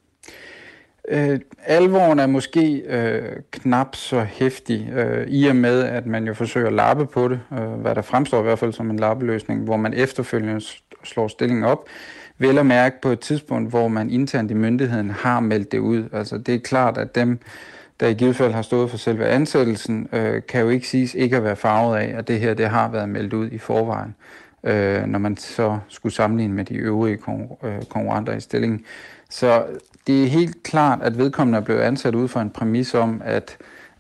Alvoren er måske knap så heftig, i og med, at man jo forsøger at lappe på det, hvad der fremstår i hvert fald som en lappeløsning, hvor man efterfølgende slår stillingen op, vel at mærke på et tidspunkt, hvor man internt i myndigheden har meldt det ud. Altså det er klart, at dem, der i givet fald har stået for selve ansættelsen, kan jo ikke siges ikke at være farvet af, at det her det har været meldt ud i forvejen, når man så skulle sammenligne med de øvrige konkurrenter i stillingen. Så det er helt klart, at vedkommende er blevet ansat ud fra en præmis om, at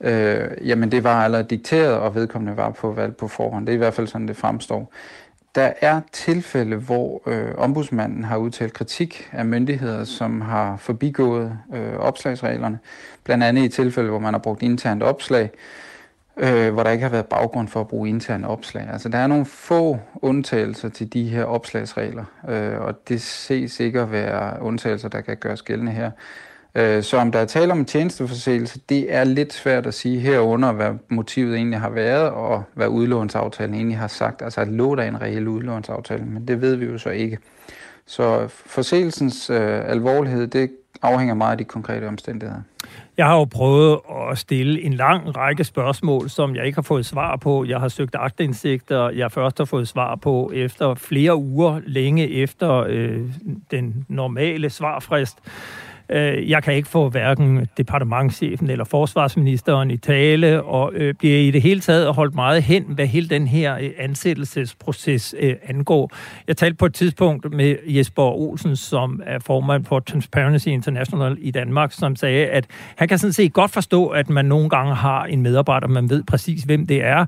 jamen det var allerede dikteret, og vedkommende var på valg på forhånd. Det er i hvert fald sådan, det fremstår. Der er tilfælde, hvor ombudsmanden har udtalt kritik af myndigheder, som har forbigået opslagsreglerne. Blandt andet i tilfælde, hvor man har brugt internt opslag, hvor der ikke har været baggrund for at bruge interne opslag. Altså der er nogle få undtagelser til de her opslagsregler, og det ses ikke at være undtagelser, der kan gøres gældende her. Så om der er tale om en tjenesteforseelse, det er lidt svært at sige herunder, hvad motivet egentlig har været, og hvad udlånsaftalen egentlig har sagt. Altså at lå der en reel udlånsaftale, men det ved vi jo så ikke. Så forseelsens alvorlighed, det afhænger meget af de konkrete omstændigheder. Jeg har jo prøvet at stille en lang række spørgsmål, som jeg ikke har fået svar på. Jeg har søgt aktindsigter, jeg først har fået svar på efter flere uger, længe efter den normale svarfrist. Jeg kan ikke få hverken departementschefen eller forsvarsministeren i tale, og bliver i det hele taget holdt meget hen, hvad hele den her ansættelsesproces angår. Jeg talte på et tidspunkt med Jesper Olsen, som er formand for Transparency International i Danmark, som sagde, at han kan sådan set godt forstå, at man nogle gange har en medarbejder, man ved præcis, hvem det er,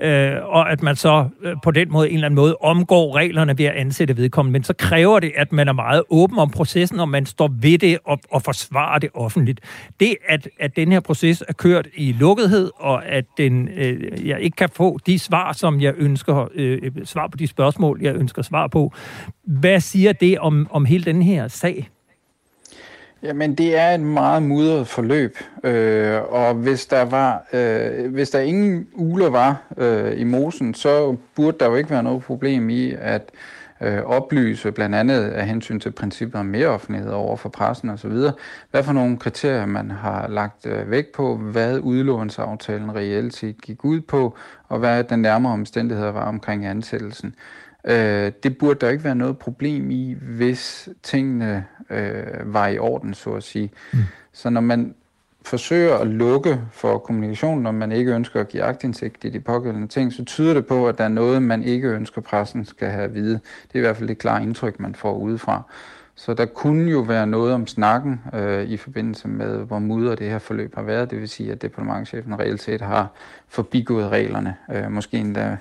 og at man så på den måde, en eller anden måde, omgår reglerne ved at ansætte vedkommende. Men så kræver det, at man er meget åben om processen, og man står ved det og forsvare det offentligt. Det, at den her proces er kørt i lukkethed, og at jeg ikke kan få de svar, som jeg ønsker, svar på de spørgsmål, jeg ønsker svar på. Hvad siger det om hele den her sag? Jamen, det er et meget mudret forløb, og hvis der ingen ugler var i mosen, så burde der jo ikke være noget problem i at oplyse, blandt andet af hensyn til princippet om mere offentlighed over for pressen osv., hvad for nogle kriterier man har lagt vægt på, hvad udlånsaftalen reelt set gik ud på, og hvad den nærmere omstændigheder var omkring ansættelsen. Det burde der ikke være noget problem i, hvis tingene var i orden, så at sige. Så når man forsøger at lukke for kommunikation, når man ikke ønsker at give aktindsigt i de pågældende ting, så tyder det på, at der er noget, man ikke ønsker, pressen skal have at vide. Det er i hvert fald det klare indtryk, man får udefra. Så der kunne jo være noget om snakken i forbindelse med, hvor mudret det her forløb har været. Det vil sige, at departementschefen reelt set har forbigået reglerne. Måske endda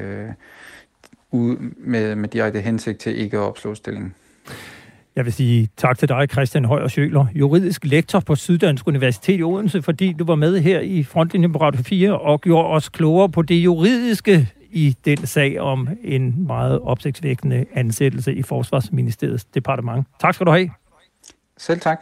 med direkte hensigt til ikke at opslå stillingen. Jeg vil sige tak til dig, Christian Højer Schøler, juridisk lektor på Syddansk Universitet i Odense, fordi du var med her i Frontlinjen på Radio 4 og gjorde os klogere på det juridiske i den sag om en meget opsigtsvækkende ansættelse i Forsvarsministeriets departement. Tak skal du have. Selv tak.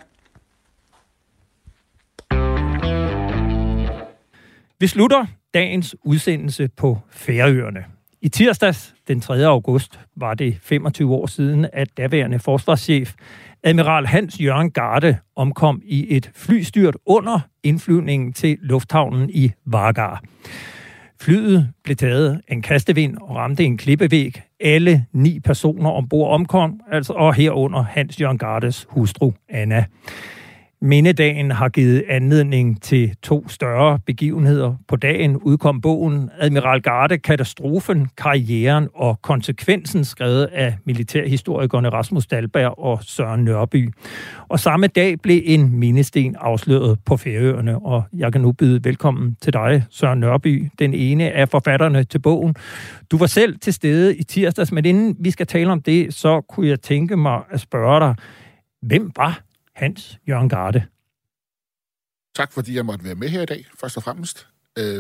Vi slutter dagens udsendelse på Færøerne. I tirsdags, den 3. august, var det 25 år siden, at daværende forsvarschef, admiral Hans Jørgen Garde, omkom i et flystyrt under indflyvningen til lufthavnen i Vágar. Flyet blev taget af en kastevind og ramte en klippevæg. Alle 9 personer ombord omkom, og herunder Hans Jørgen Gardes hustru, Anna. Mindedagen har givet anledning til 2 større begivenheder. På dagen udkom bogen Admiral Garde, katastrofen, karrieren og konsekvensen, skrevet af militærhistorikerne Rasmus Dahlberg og Søren Nørby. Og samme dag blev en mindesten afsløret på Færøerne, og jeg kan nu byde velkommen til dig, Søren Nørby, den ene af forfatterne til bogen. Du var selv til stede i tirsdags, men inden vi skal tale om det, så kunne jeg tænke mig at spørge dig, hvem var Hans Jørgen Garde? Tak fordi jeg måtte være med her i dag, først og fremmest.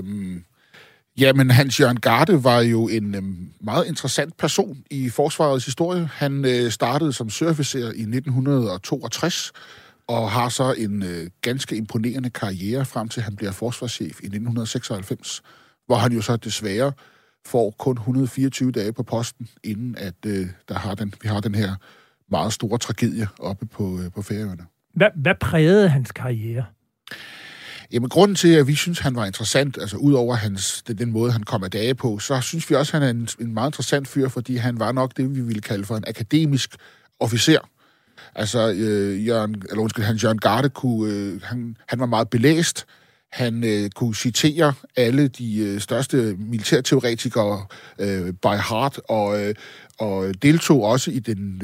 Jamen, Hans Jørgen Garde var jo en meget interessant person i forsvarets historie. Han startede som søofficer i 1962, og har så en ganske imponerende karriere frem til, han bliver forsvarschef i 1996, hvor han jo så desværre får kun 124 dage på posten, inden at vi har den her meget store tragedie oppe på Færøerne. Hvad prægede hans karriere? Jamen, grunden til, at vi synes, han var interessant, altså ud over den måde, han kom af dage på, så synes vi også, at han er en meget interessant fyr, fordi han var nok det, vi ville kalde for en akademisk officer. Altså, Hans Jørgen Garde han var meget belæst. Han kunne citere alle de største militærteoretikere by heart, og deltog også i den,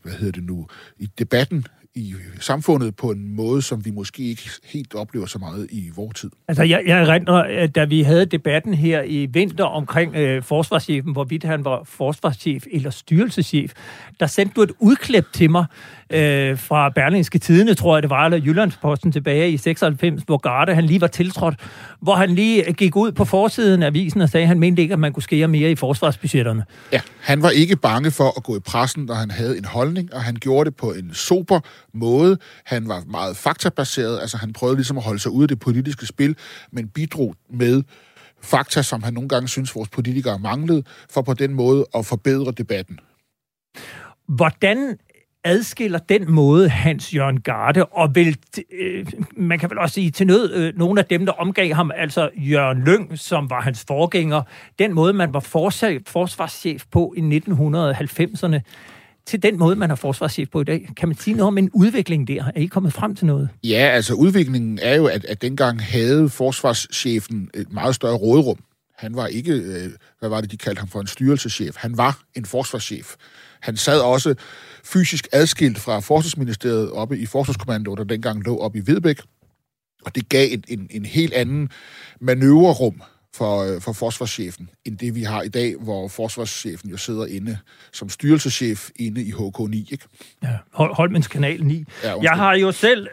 i debatten i samfundet på en måde, som vi måske ikke helt oplever så meget i vores tid. Altså, jeg erindrer, da vi havde debatten her i vinter omkring forsvarschefen, hvorvidt han var forsvarschef eller styrelseschef, der sendte du et udklip til mig fra Berlingske Tidende, tror jeg det var, eller Jyllandsposten tilbage i 96, hvor Garde, han lige var tiltrådt, hvor han lige gik ud på forsiden af avisen og sagde, at han mente ikke, at man kunne skære mere i forsvarsbudgetterne. Ja, han var ikke bange for at gå i pressen, når han havde en holdning, og han gjorde det på en sober måde. Han var meget faktabaseret, altså han prøvede ligesom at holde sig ude af det politiske spil, men bidrog med fakta, som han nogle gange synes, vores politikere manglede, for på den måde at forbedre debatten. Hvordan adskiller den måde Hans Jørgen Garde, og man kan vel også sige til nogle af dem, der omgav ham, altså Jørgen Lyng, som var hans forgænger, den måde, man var forsvarschef på i 1990'erne, til den måde, man er forsvarschef på i dag. Kan man sige noget om en udvikling der? Er I kommet frem til noget? Ja, altså udviklingen er jo, at dengang havde forsvarschefen et meget større råderum. Han var ikke, hvad var det, de kaldte ham for, en styrelseschef. Han var en forsvarschef. Han sad også fysisk adskilt fra Forsvarsministeriet oppe i Forsvarskommandoen, der dengang lå oppe i Vedbæk. Og det gav en helt anden manøvrerum for forsvarschefen, end det vi har i dag, hvor forsvarschefen jo sidder inde som styrelseschef inde i HK9, ikke? Ja, Holmens Kanal 9. Ja, jeg har jo selv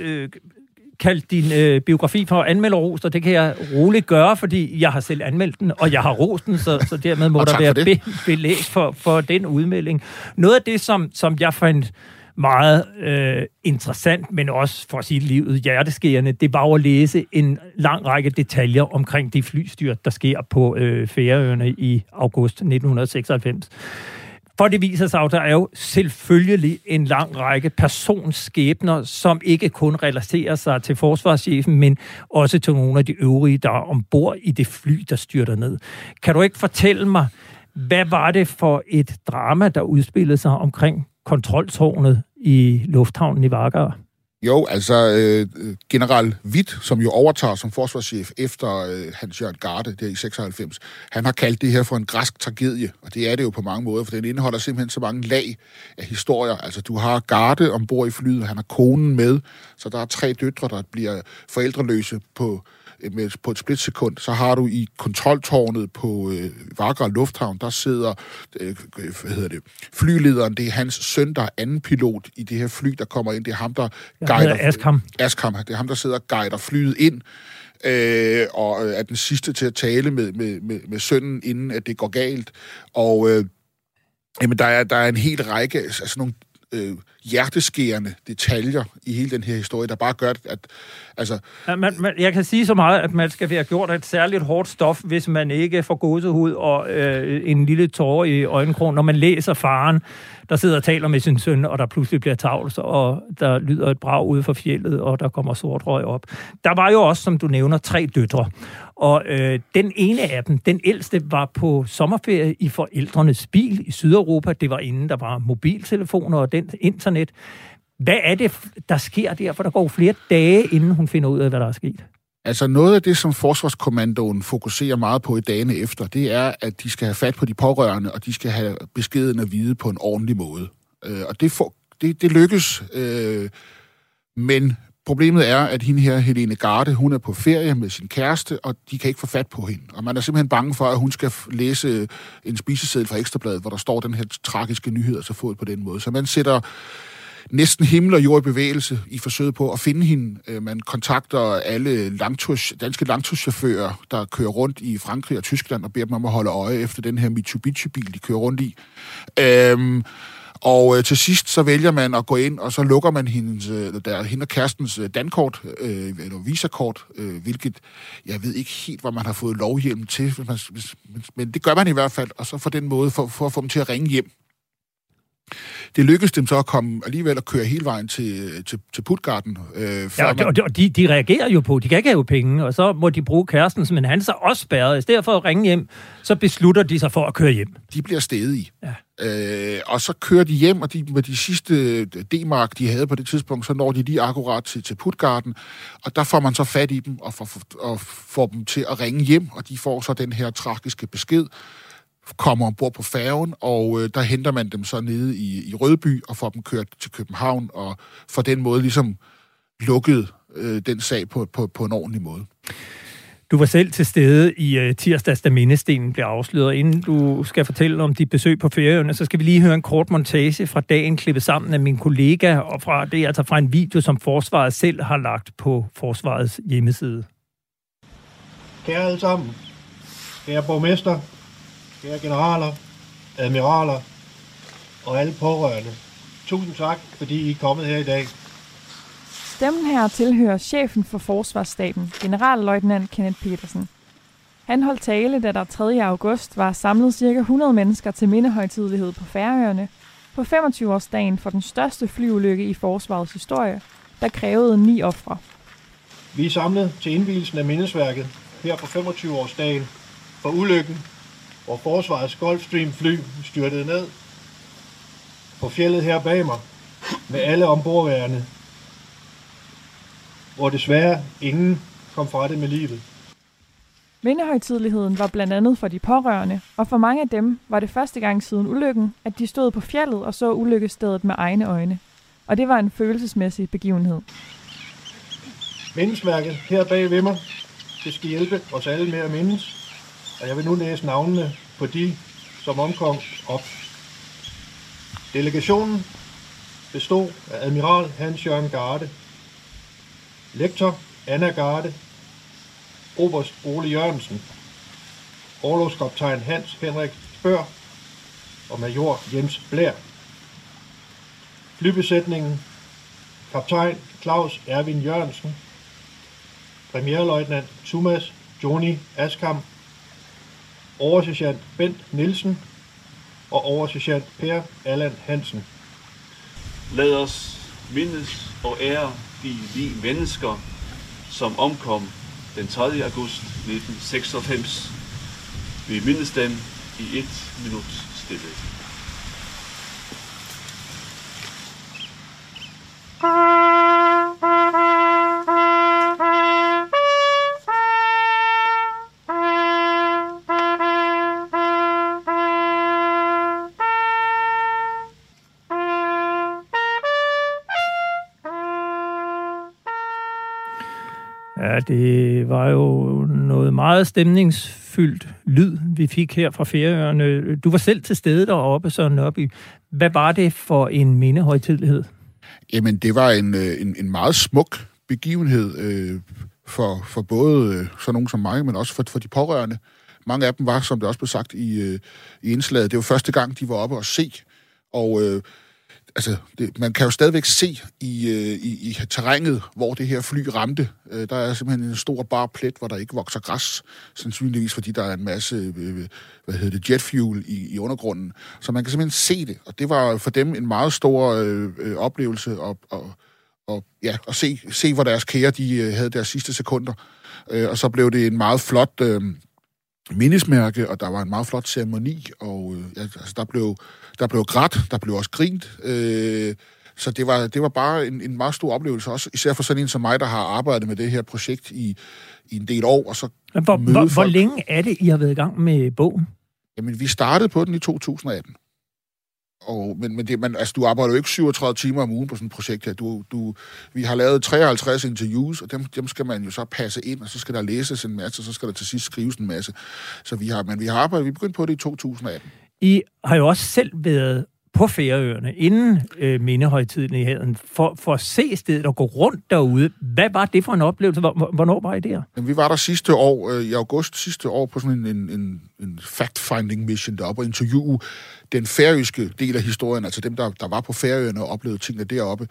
kaldt din biografi for anmelderrost, og det kan jeg roligt gøre, fordi jeg har selv anmeldt den, og jeg har rost den, så dermed må der være belæg for den udmelding. Noget af det, som jeg fandt meget interessant, men også for sit livet hjerteskærende, det var at læse en lang række detaljer omkring de flystyrt, der sker på Færøerne i august 1996. For det viser sig, at der er jo selvfølgelig en lang række personskæbner, som ikke kun relaterer sig til forsvarschefen, men også til nogle af de øvrige, der er ombord i det fly, der styrter ned. Kan du ikke fortælle mig, hvad var det for et drama, der udspillede sig omkring kontroltårnet i lufthavnen i Vágar? Jo, altså general Witt, som jo overtager som forsvarschef efter Hans Jørgen Garde, der i 96, han har kaldt det her for en græsk tragedie, og det er det jo på mange måder, for den indeholder simpelthen så mange lag af historier. Altså, du har Garde ombord i flyet, han har konen med, så der er 3 døtre, der bliver forældreløse på et splitsekund. Så har du i kontroltårnet på Vágar Lufthavn, der sidder flylederen, det er hans søn, der er anden pilot i det her fly, der kommer ind. Det er ham, der guider... Askam. Det er ham, der sidder og guider flyet ind, og er den sidste til at tale med sønnen, inden at det går galt. Og jamen, der er en hel række, altså nogle hjerteskærende detaljer i hele den her historie, der bare gør, at altså... Jeg kan sige så meget, at man skal være gjort et særligt hårdt stof, hvis man ikke får gåsehud og en lille tårer i øjenkrogen, når man læser faren, der sidder og taler med sin søn, og der pludselig bliver tavls, og der lyder et brag ude for fjeldet, og der kommer sort røg op. Der var jo også, som du nævner, 3 døtre. Og den ene af dem, den ældste, var på sommerferie i forældrenes bil i Sydeuropa. Det var inden der var mobiltelefoner og den internet. Hvad er det, der sker der? For der går flere dage, inden hun finder ud af, hvad der er sket. Altså noget af det, som Forsvarskommandoen fokuserer meget på i dagene efter, det er, at de skal have fat på de pårørende, og de skal have beskeden at vide på en ordentlig måde. Og det lykkes, men problemet er, at hende her, Helene Garde, hun er på ferie med sin kæreste, og de kan ikke få fat på hende. Og man er simpelthen bange for, at hun skal læse en spiseseddel fra Ekstrabladet, hvor der står den her tragiske nyhed, og så få det på den måde. Så man sætter næsten himmel og jord i bevægelse i forsøget på at finde hende. Man kontakter alle danske langturschauffører, der kører rundt i Frankrig og Tyskland, og beder dem om at holde øje efter den her Mitsubishi-bil, de kører rundt i. Og til sidst så vælger man at gå ind, og så lukker man hende og kærestens dankort, eller visakort, hvilket jeg ved ikke helt, hvor man har fået lovhjelm til, men det gør man i hvert fald, og så på den måde for at få dem til at ringe hjem. Det lykkedes dem så at komme alligevel at køre hele vejen til Puttgarden. Og de reagerer jo på, de kan ikke have penge, og så må de bruge kæresten, men han så også spærret. I stedet for at ringe hjem, så beslutter de sig for at køre hjem. De bliver stedige. Ja. Og så kører de hjem, og med de sidste D-mark, de havde på det tidspunkt, så når de lige akkurat til Puttgarden, og der får man så fat i dem og får dem til at ringe hjem, og de får så den her tragiske besked, kommer ombord på færgen, og der henter man dem så nede i Rødby og får dem kørt til København, og for den måde ligesom lukket den sag på en ordentlig måde. Du var selv til stede i tirsdags, da mindestenen blev afsløret. Inden du skal fortælle om dit besøg på Færøerne, så skal vi lige høre en kort montage fra dagen, klippet sammen af min kollega, og det er altså fra en video, som Forsvaret selv har lagt på Forsvarets hjemmeside. Kære alle sammen, kære borgmester, kære generaler, admiraler og alle pårørende. Tusind tak, fordi I er kommet her i dag. Stemmen her tilhører chefen for Forsvarsstaben, generalløjtnant Kenneth Petersen. Han holdt tale, da der 3. august var samlet ca. 100 mennesker til mindehøjtidelighed på Færøerne på 25-årsdagen for den største flyulykke i forsvarets historie, der krævede 9 ofre. Vi er samlet til indvielsen af mindesværket her på 25-årsdagen for ulykken, hvor forsvarets Gulfstream-fly styrtede ned på fjeldet her bag mig med alle ombordværende, hvor desværre ingen kom fra det med livet. Mindehøjtideligheden var blandt andet for de pårørende, og for mange af dem var det første gang siden ulykken, at de stod på fjeldet og så ulykkesstedet med egne øjne. Og det var en følelsesmæssig begivenhed. Mindesværket her bag ved mig, det skal hjælpe os alle med at mindes, og jeg vil nu læse navnene på de, som omkom op. Delegationen bestod af admiral Hans Jørgen Garde, lektor Anna Garde, oberst Ole Jørgensen, orlogskaptajn Hans Henrik Spørg og major Jens Blær. Flybesætningen: kaptajn Claus Erwin Jørgensen, premierløjtnant Thomas Johnny Askam, oversergent Bent Nielsen og oversergent Per Allan Hansen. Lad os mindes og ære de 9 mennesker, som omkom den 3. august 1996. Vi mindes dem i 1 minut stille. Ja, det var jo noget meget stemningsfyldt lyd, vi fik her fra Færøerne. Du var selv til stede deroppe, Søren Nørby. Hvad var det for en mindehøjtidelighed? Jamen, det var en meget smuk begivenhed for både sådan nogen som mig, men også for de pårørende. Mange af dem var, som det også blev sagt i indslaget, det var første gang, de var oppe og se. Og man kan jo stadigvæk se i terrænet, hvor det her fly ramte. Der er simpelthen en stor bar plet, hvor der ikke vokser græs, sandsynligvis fordi der er en masse jetfuel i undergrunden. Så man kan simpelthen se det, og det var for dem en meget stor oplevelse at se, hvor deres kære de havde deres sidste sekunder. Og så blev det en meget flot mindesmærke, og der var en meget flot ceremoni, og der blev grædt, der blev også grint. Så det var bare en meget stor oplevelse, også især for sådan en som mig, der har arbejdet med det her projekt i en del år. Og så hvor længe er det, I har været i gang med bogen? Jamen, vi startede på den i 2018. Men du arbejder jo ikke 37 timer om ugen på sådan et projekt her. Vi har lavet 53 interviews, og dem skal man jo så passe ind, og så skal der læses en masse, og så skal der til sidst skrives en masse. Så vi begyndte på det i 2018. I har jo også selv været på Færøerne inden mindehøjtideligheden for at se stedet og gå rundt derude. Hvad var det for en oplevelse? Hvornår var I der? Jamen, vi var der sidste år, i august sidste år, på sådan en fact-finding mission deroppe og interviewe den færøske del af historien, altså dem, der var på Færøerne og oplevede tingene deroppe.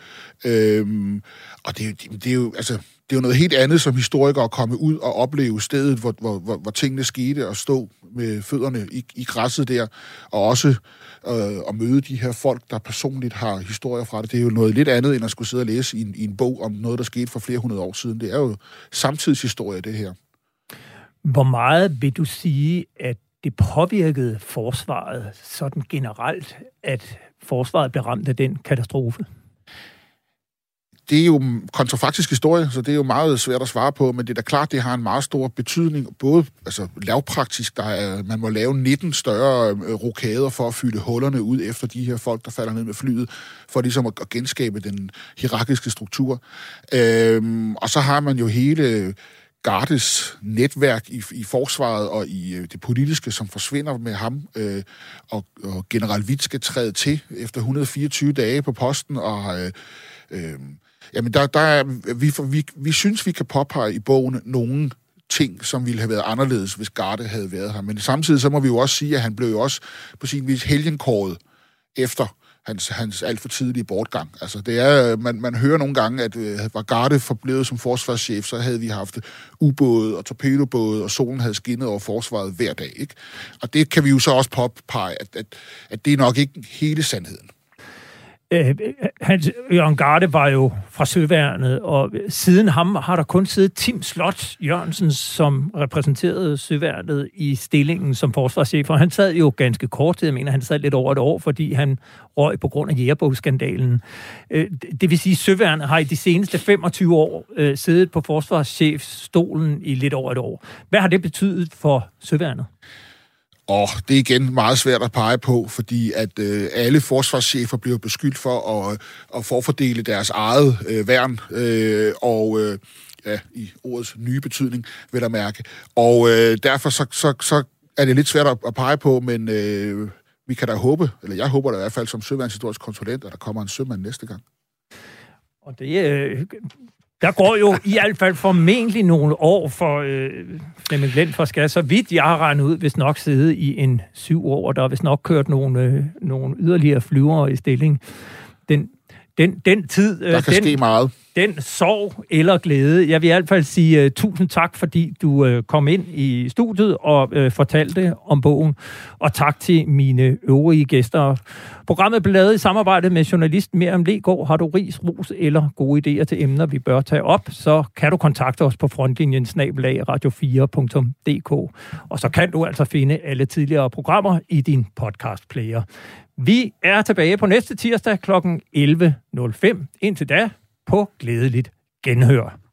Og det er jo noget helt andet som historiker at komme ud og opleve stedet, hvor tingene skete, og stå med fødderne i græsset der, og også at møde de her folk, der personligt har historier fra det. Det er jo noget lidt andet, end at skulle sidde og læse i en bog om noget, der skete for flere hundrede år siden. Det er jo samtidshistorie, det her. Hvor meget vil du sige, at det påvirkede forsvaret sådan generelt, at forsvaret blev ramt af den katastrofe? Det er jo kontrafaktisk historie, så det er jo meget svært at svare på, men det er da klart, det har en meget stor betydning, både lavpraktisk, man må lave 19 større rokader for at fylde hullerne ud efter de her folk, der falder ned med flyet, for ligesom at genskabe den hierarkiske struktur. Og så har man jo hele Gardes netværk i forsvaret og i det politiske, som forsvinder med ham, og general Witt skal træde til efter 124 dage på posten, og jamen vi synes, vi kan påpege i bogen nogle ting, som ville have været anderledes, hvis Garde havde været her. Men samtidig så må vi jo også sige, at han blev jo også på sin vis helgenkåret efter hans alt for tidlige bortgang. Altså det er, man hører nogle gange, at var Garde forblevet som forsvarschef, så havde vi haft ubåde og torpedobåde, og solen havde skinnet over forsvaret hver dag, ikke? Og det kan vi jo så også påpege, at det er nok ikke hele sandheden. Jørgen Garde var jo fra Søværnet, og siden ham har der kun siddet Tim Slot Jørgensen, som repræsenterede Søværnet i stillingen som forsvarschef, og han sad jo ganske kort tid, jeg mener, han sad lidt over et år, fordi han røg på grund af jægerbogsskandalen. Det vil sige, at Søværnet har i de seneste 25 år siddet på forsvarschefstolen i lidt over et år. Hvad har det betydet for Søværnet? Og det er igen meget svært at pege på, fordi at alle forsvarschefer bliver beskyldt for at forfordele deres eget værn, i ordets nye betydning, vil jeg mærke. Og derfor så er det lidt svært at pege på, men vi kan da håbe, eller jeg håber da i hvert fald som søværnshistorisk konsulent, at der kommer en sømand næste gang. Og det der går jo i hvert fald formentlig nogle år for Flemming Glentfer skal, så vidt jeg har regnet ud, hvis nok sidde i en 7 år, og der er vist nok kørt nogle yderligere flyvere i stilling. den tid... Der kan ske meget. Den sorg eller glæde. Jeg vil i hvert fald sige tusind tak, fordi du kom ind i studiet og fortalte om bogen. Og tak til mine øvrige gæster. Programmet blev lavet i samarbejde med journalist Miriam Legaard. Har du ris, ros eller gode idéer til emner, vi bør tage op, så kan du kontakte os på frontlinjen @radio4.dk. Og så kan du altså finde alle tidligere programmer i din podcastplayer. Vi er tilbage på næste tirsdag kl. 11.05. Indtil da, på glædeligt genhør.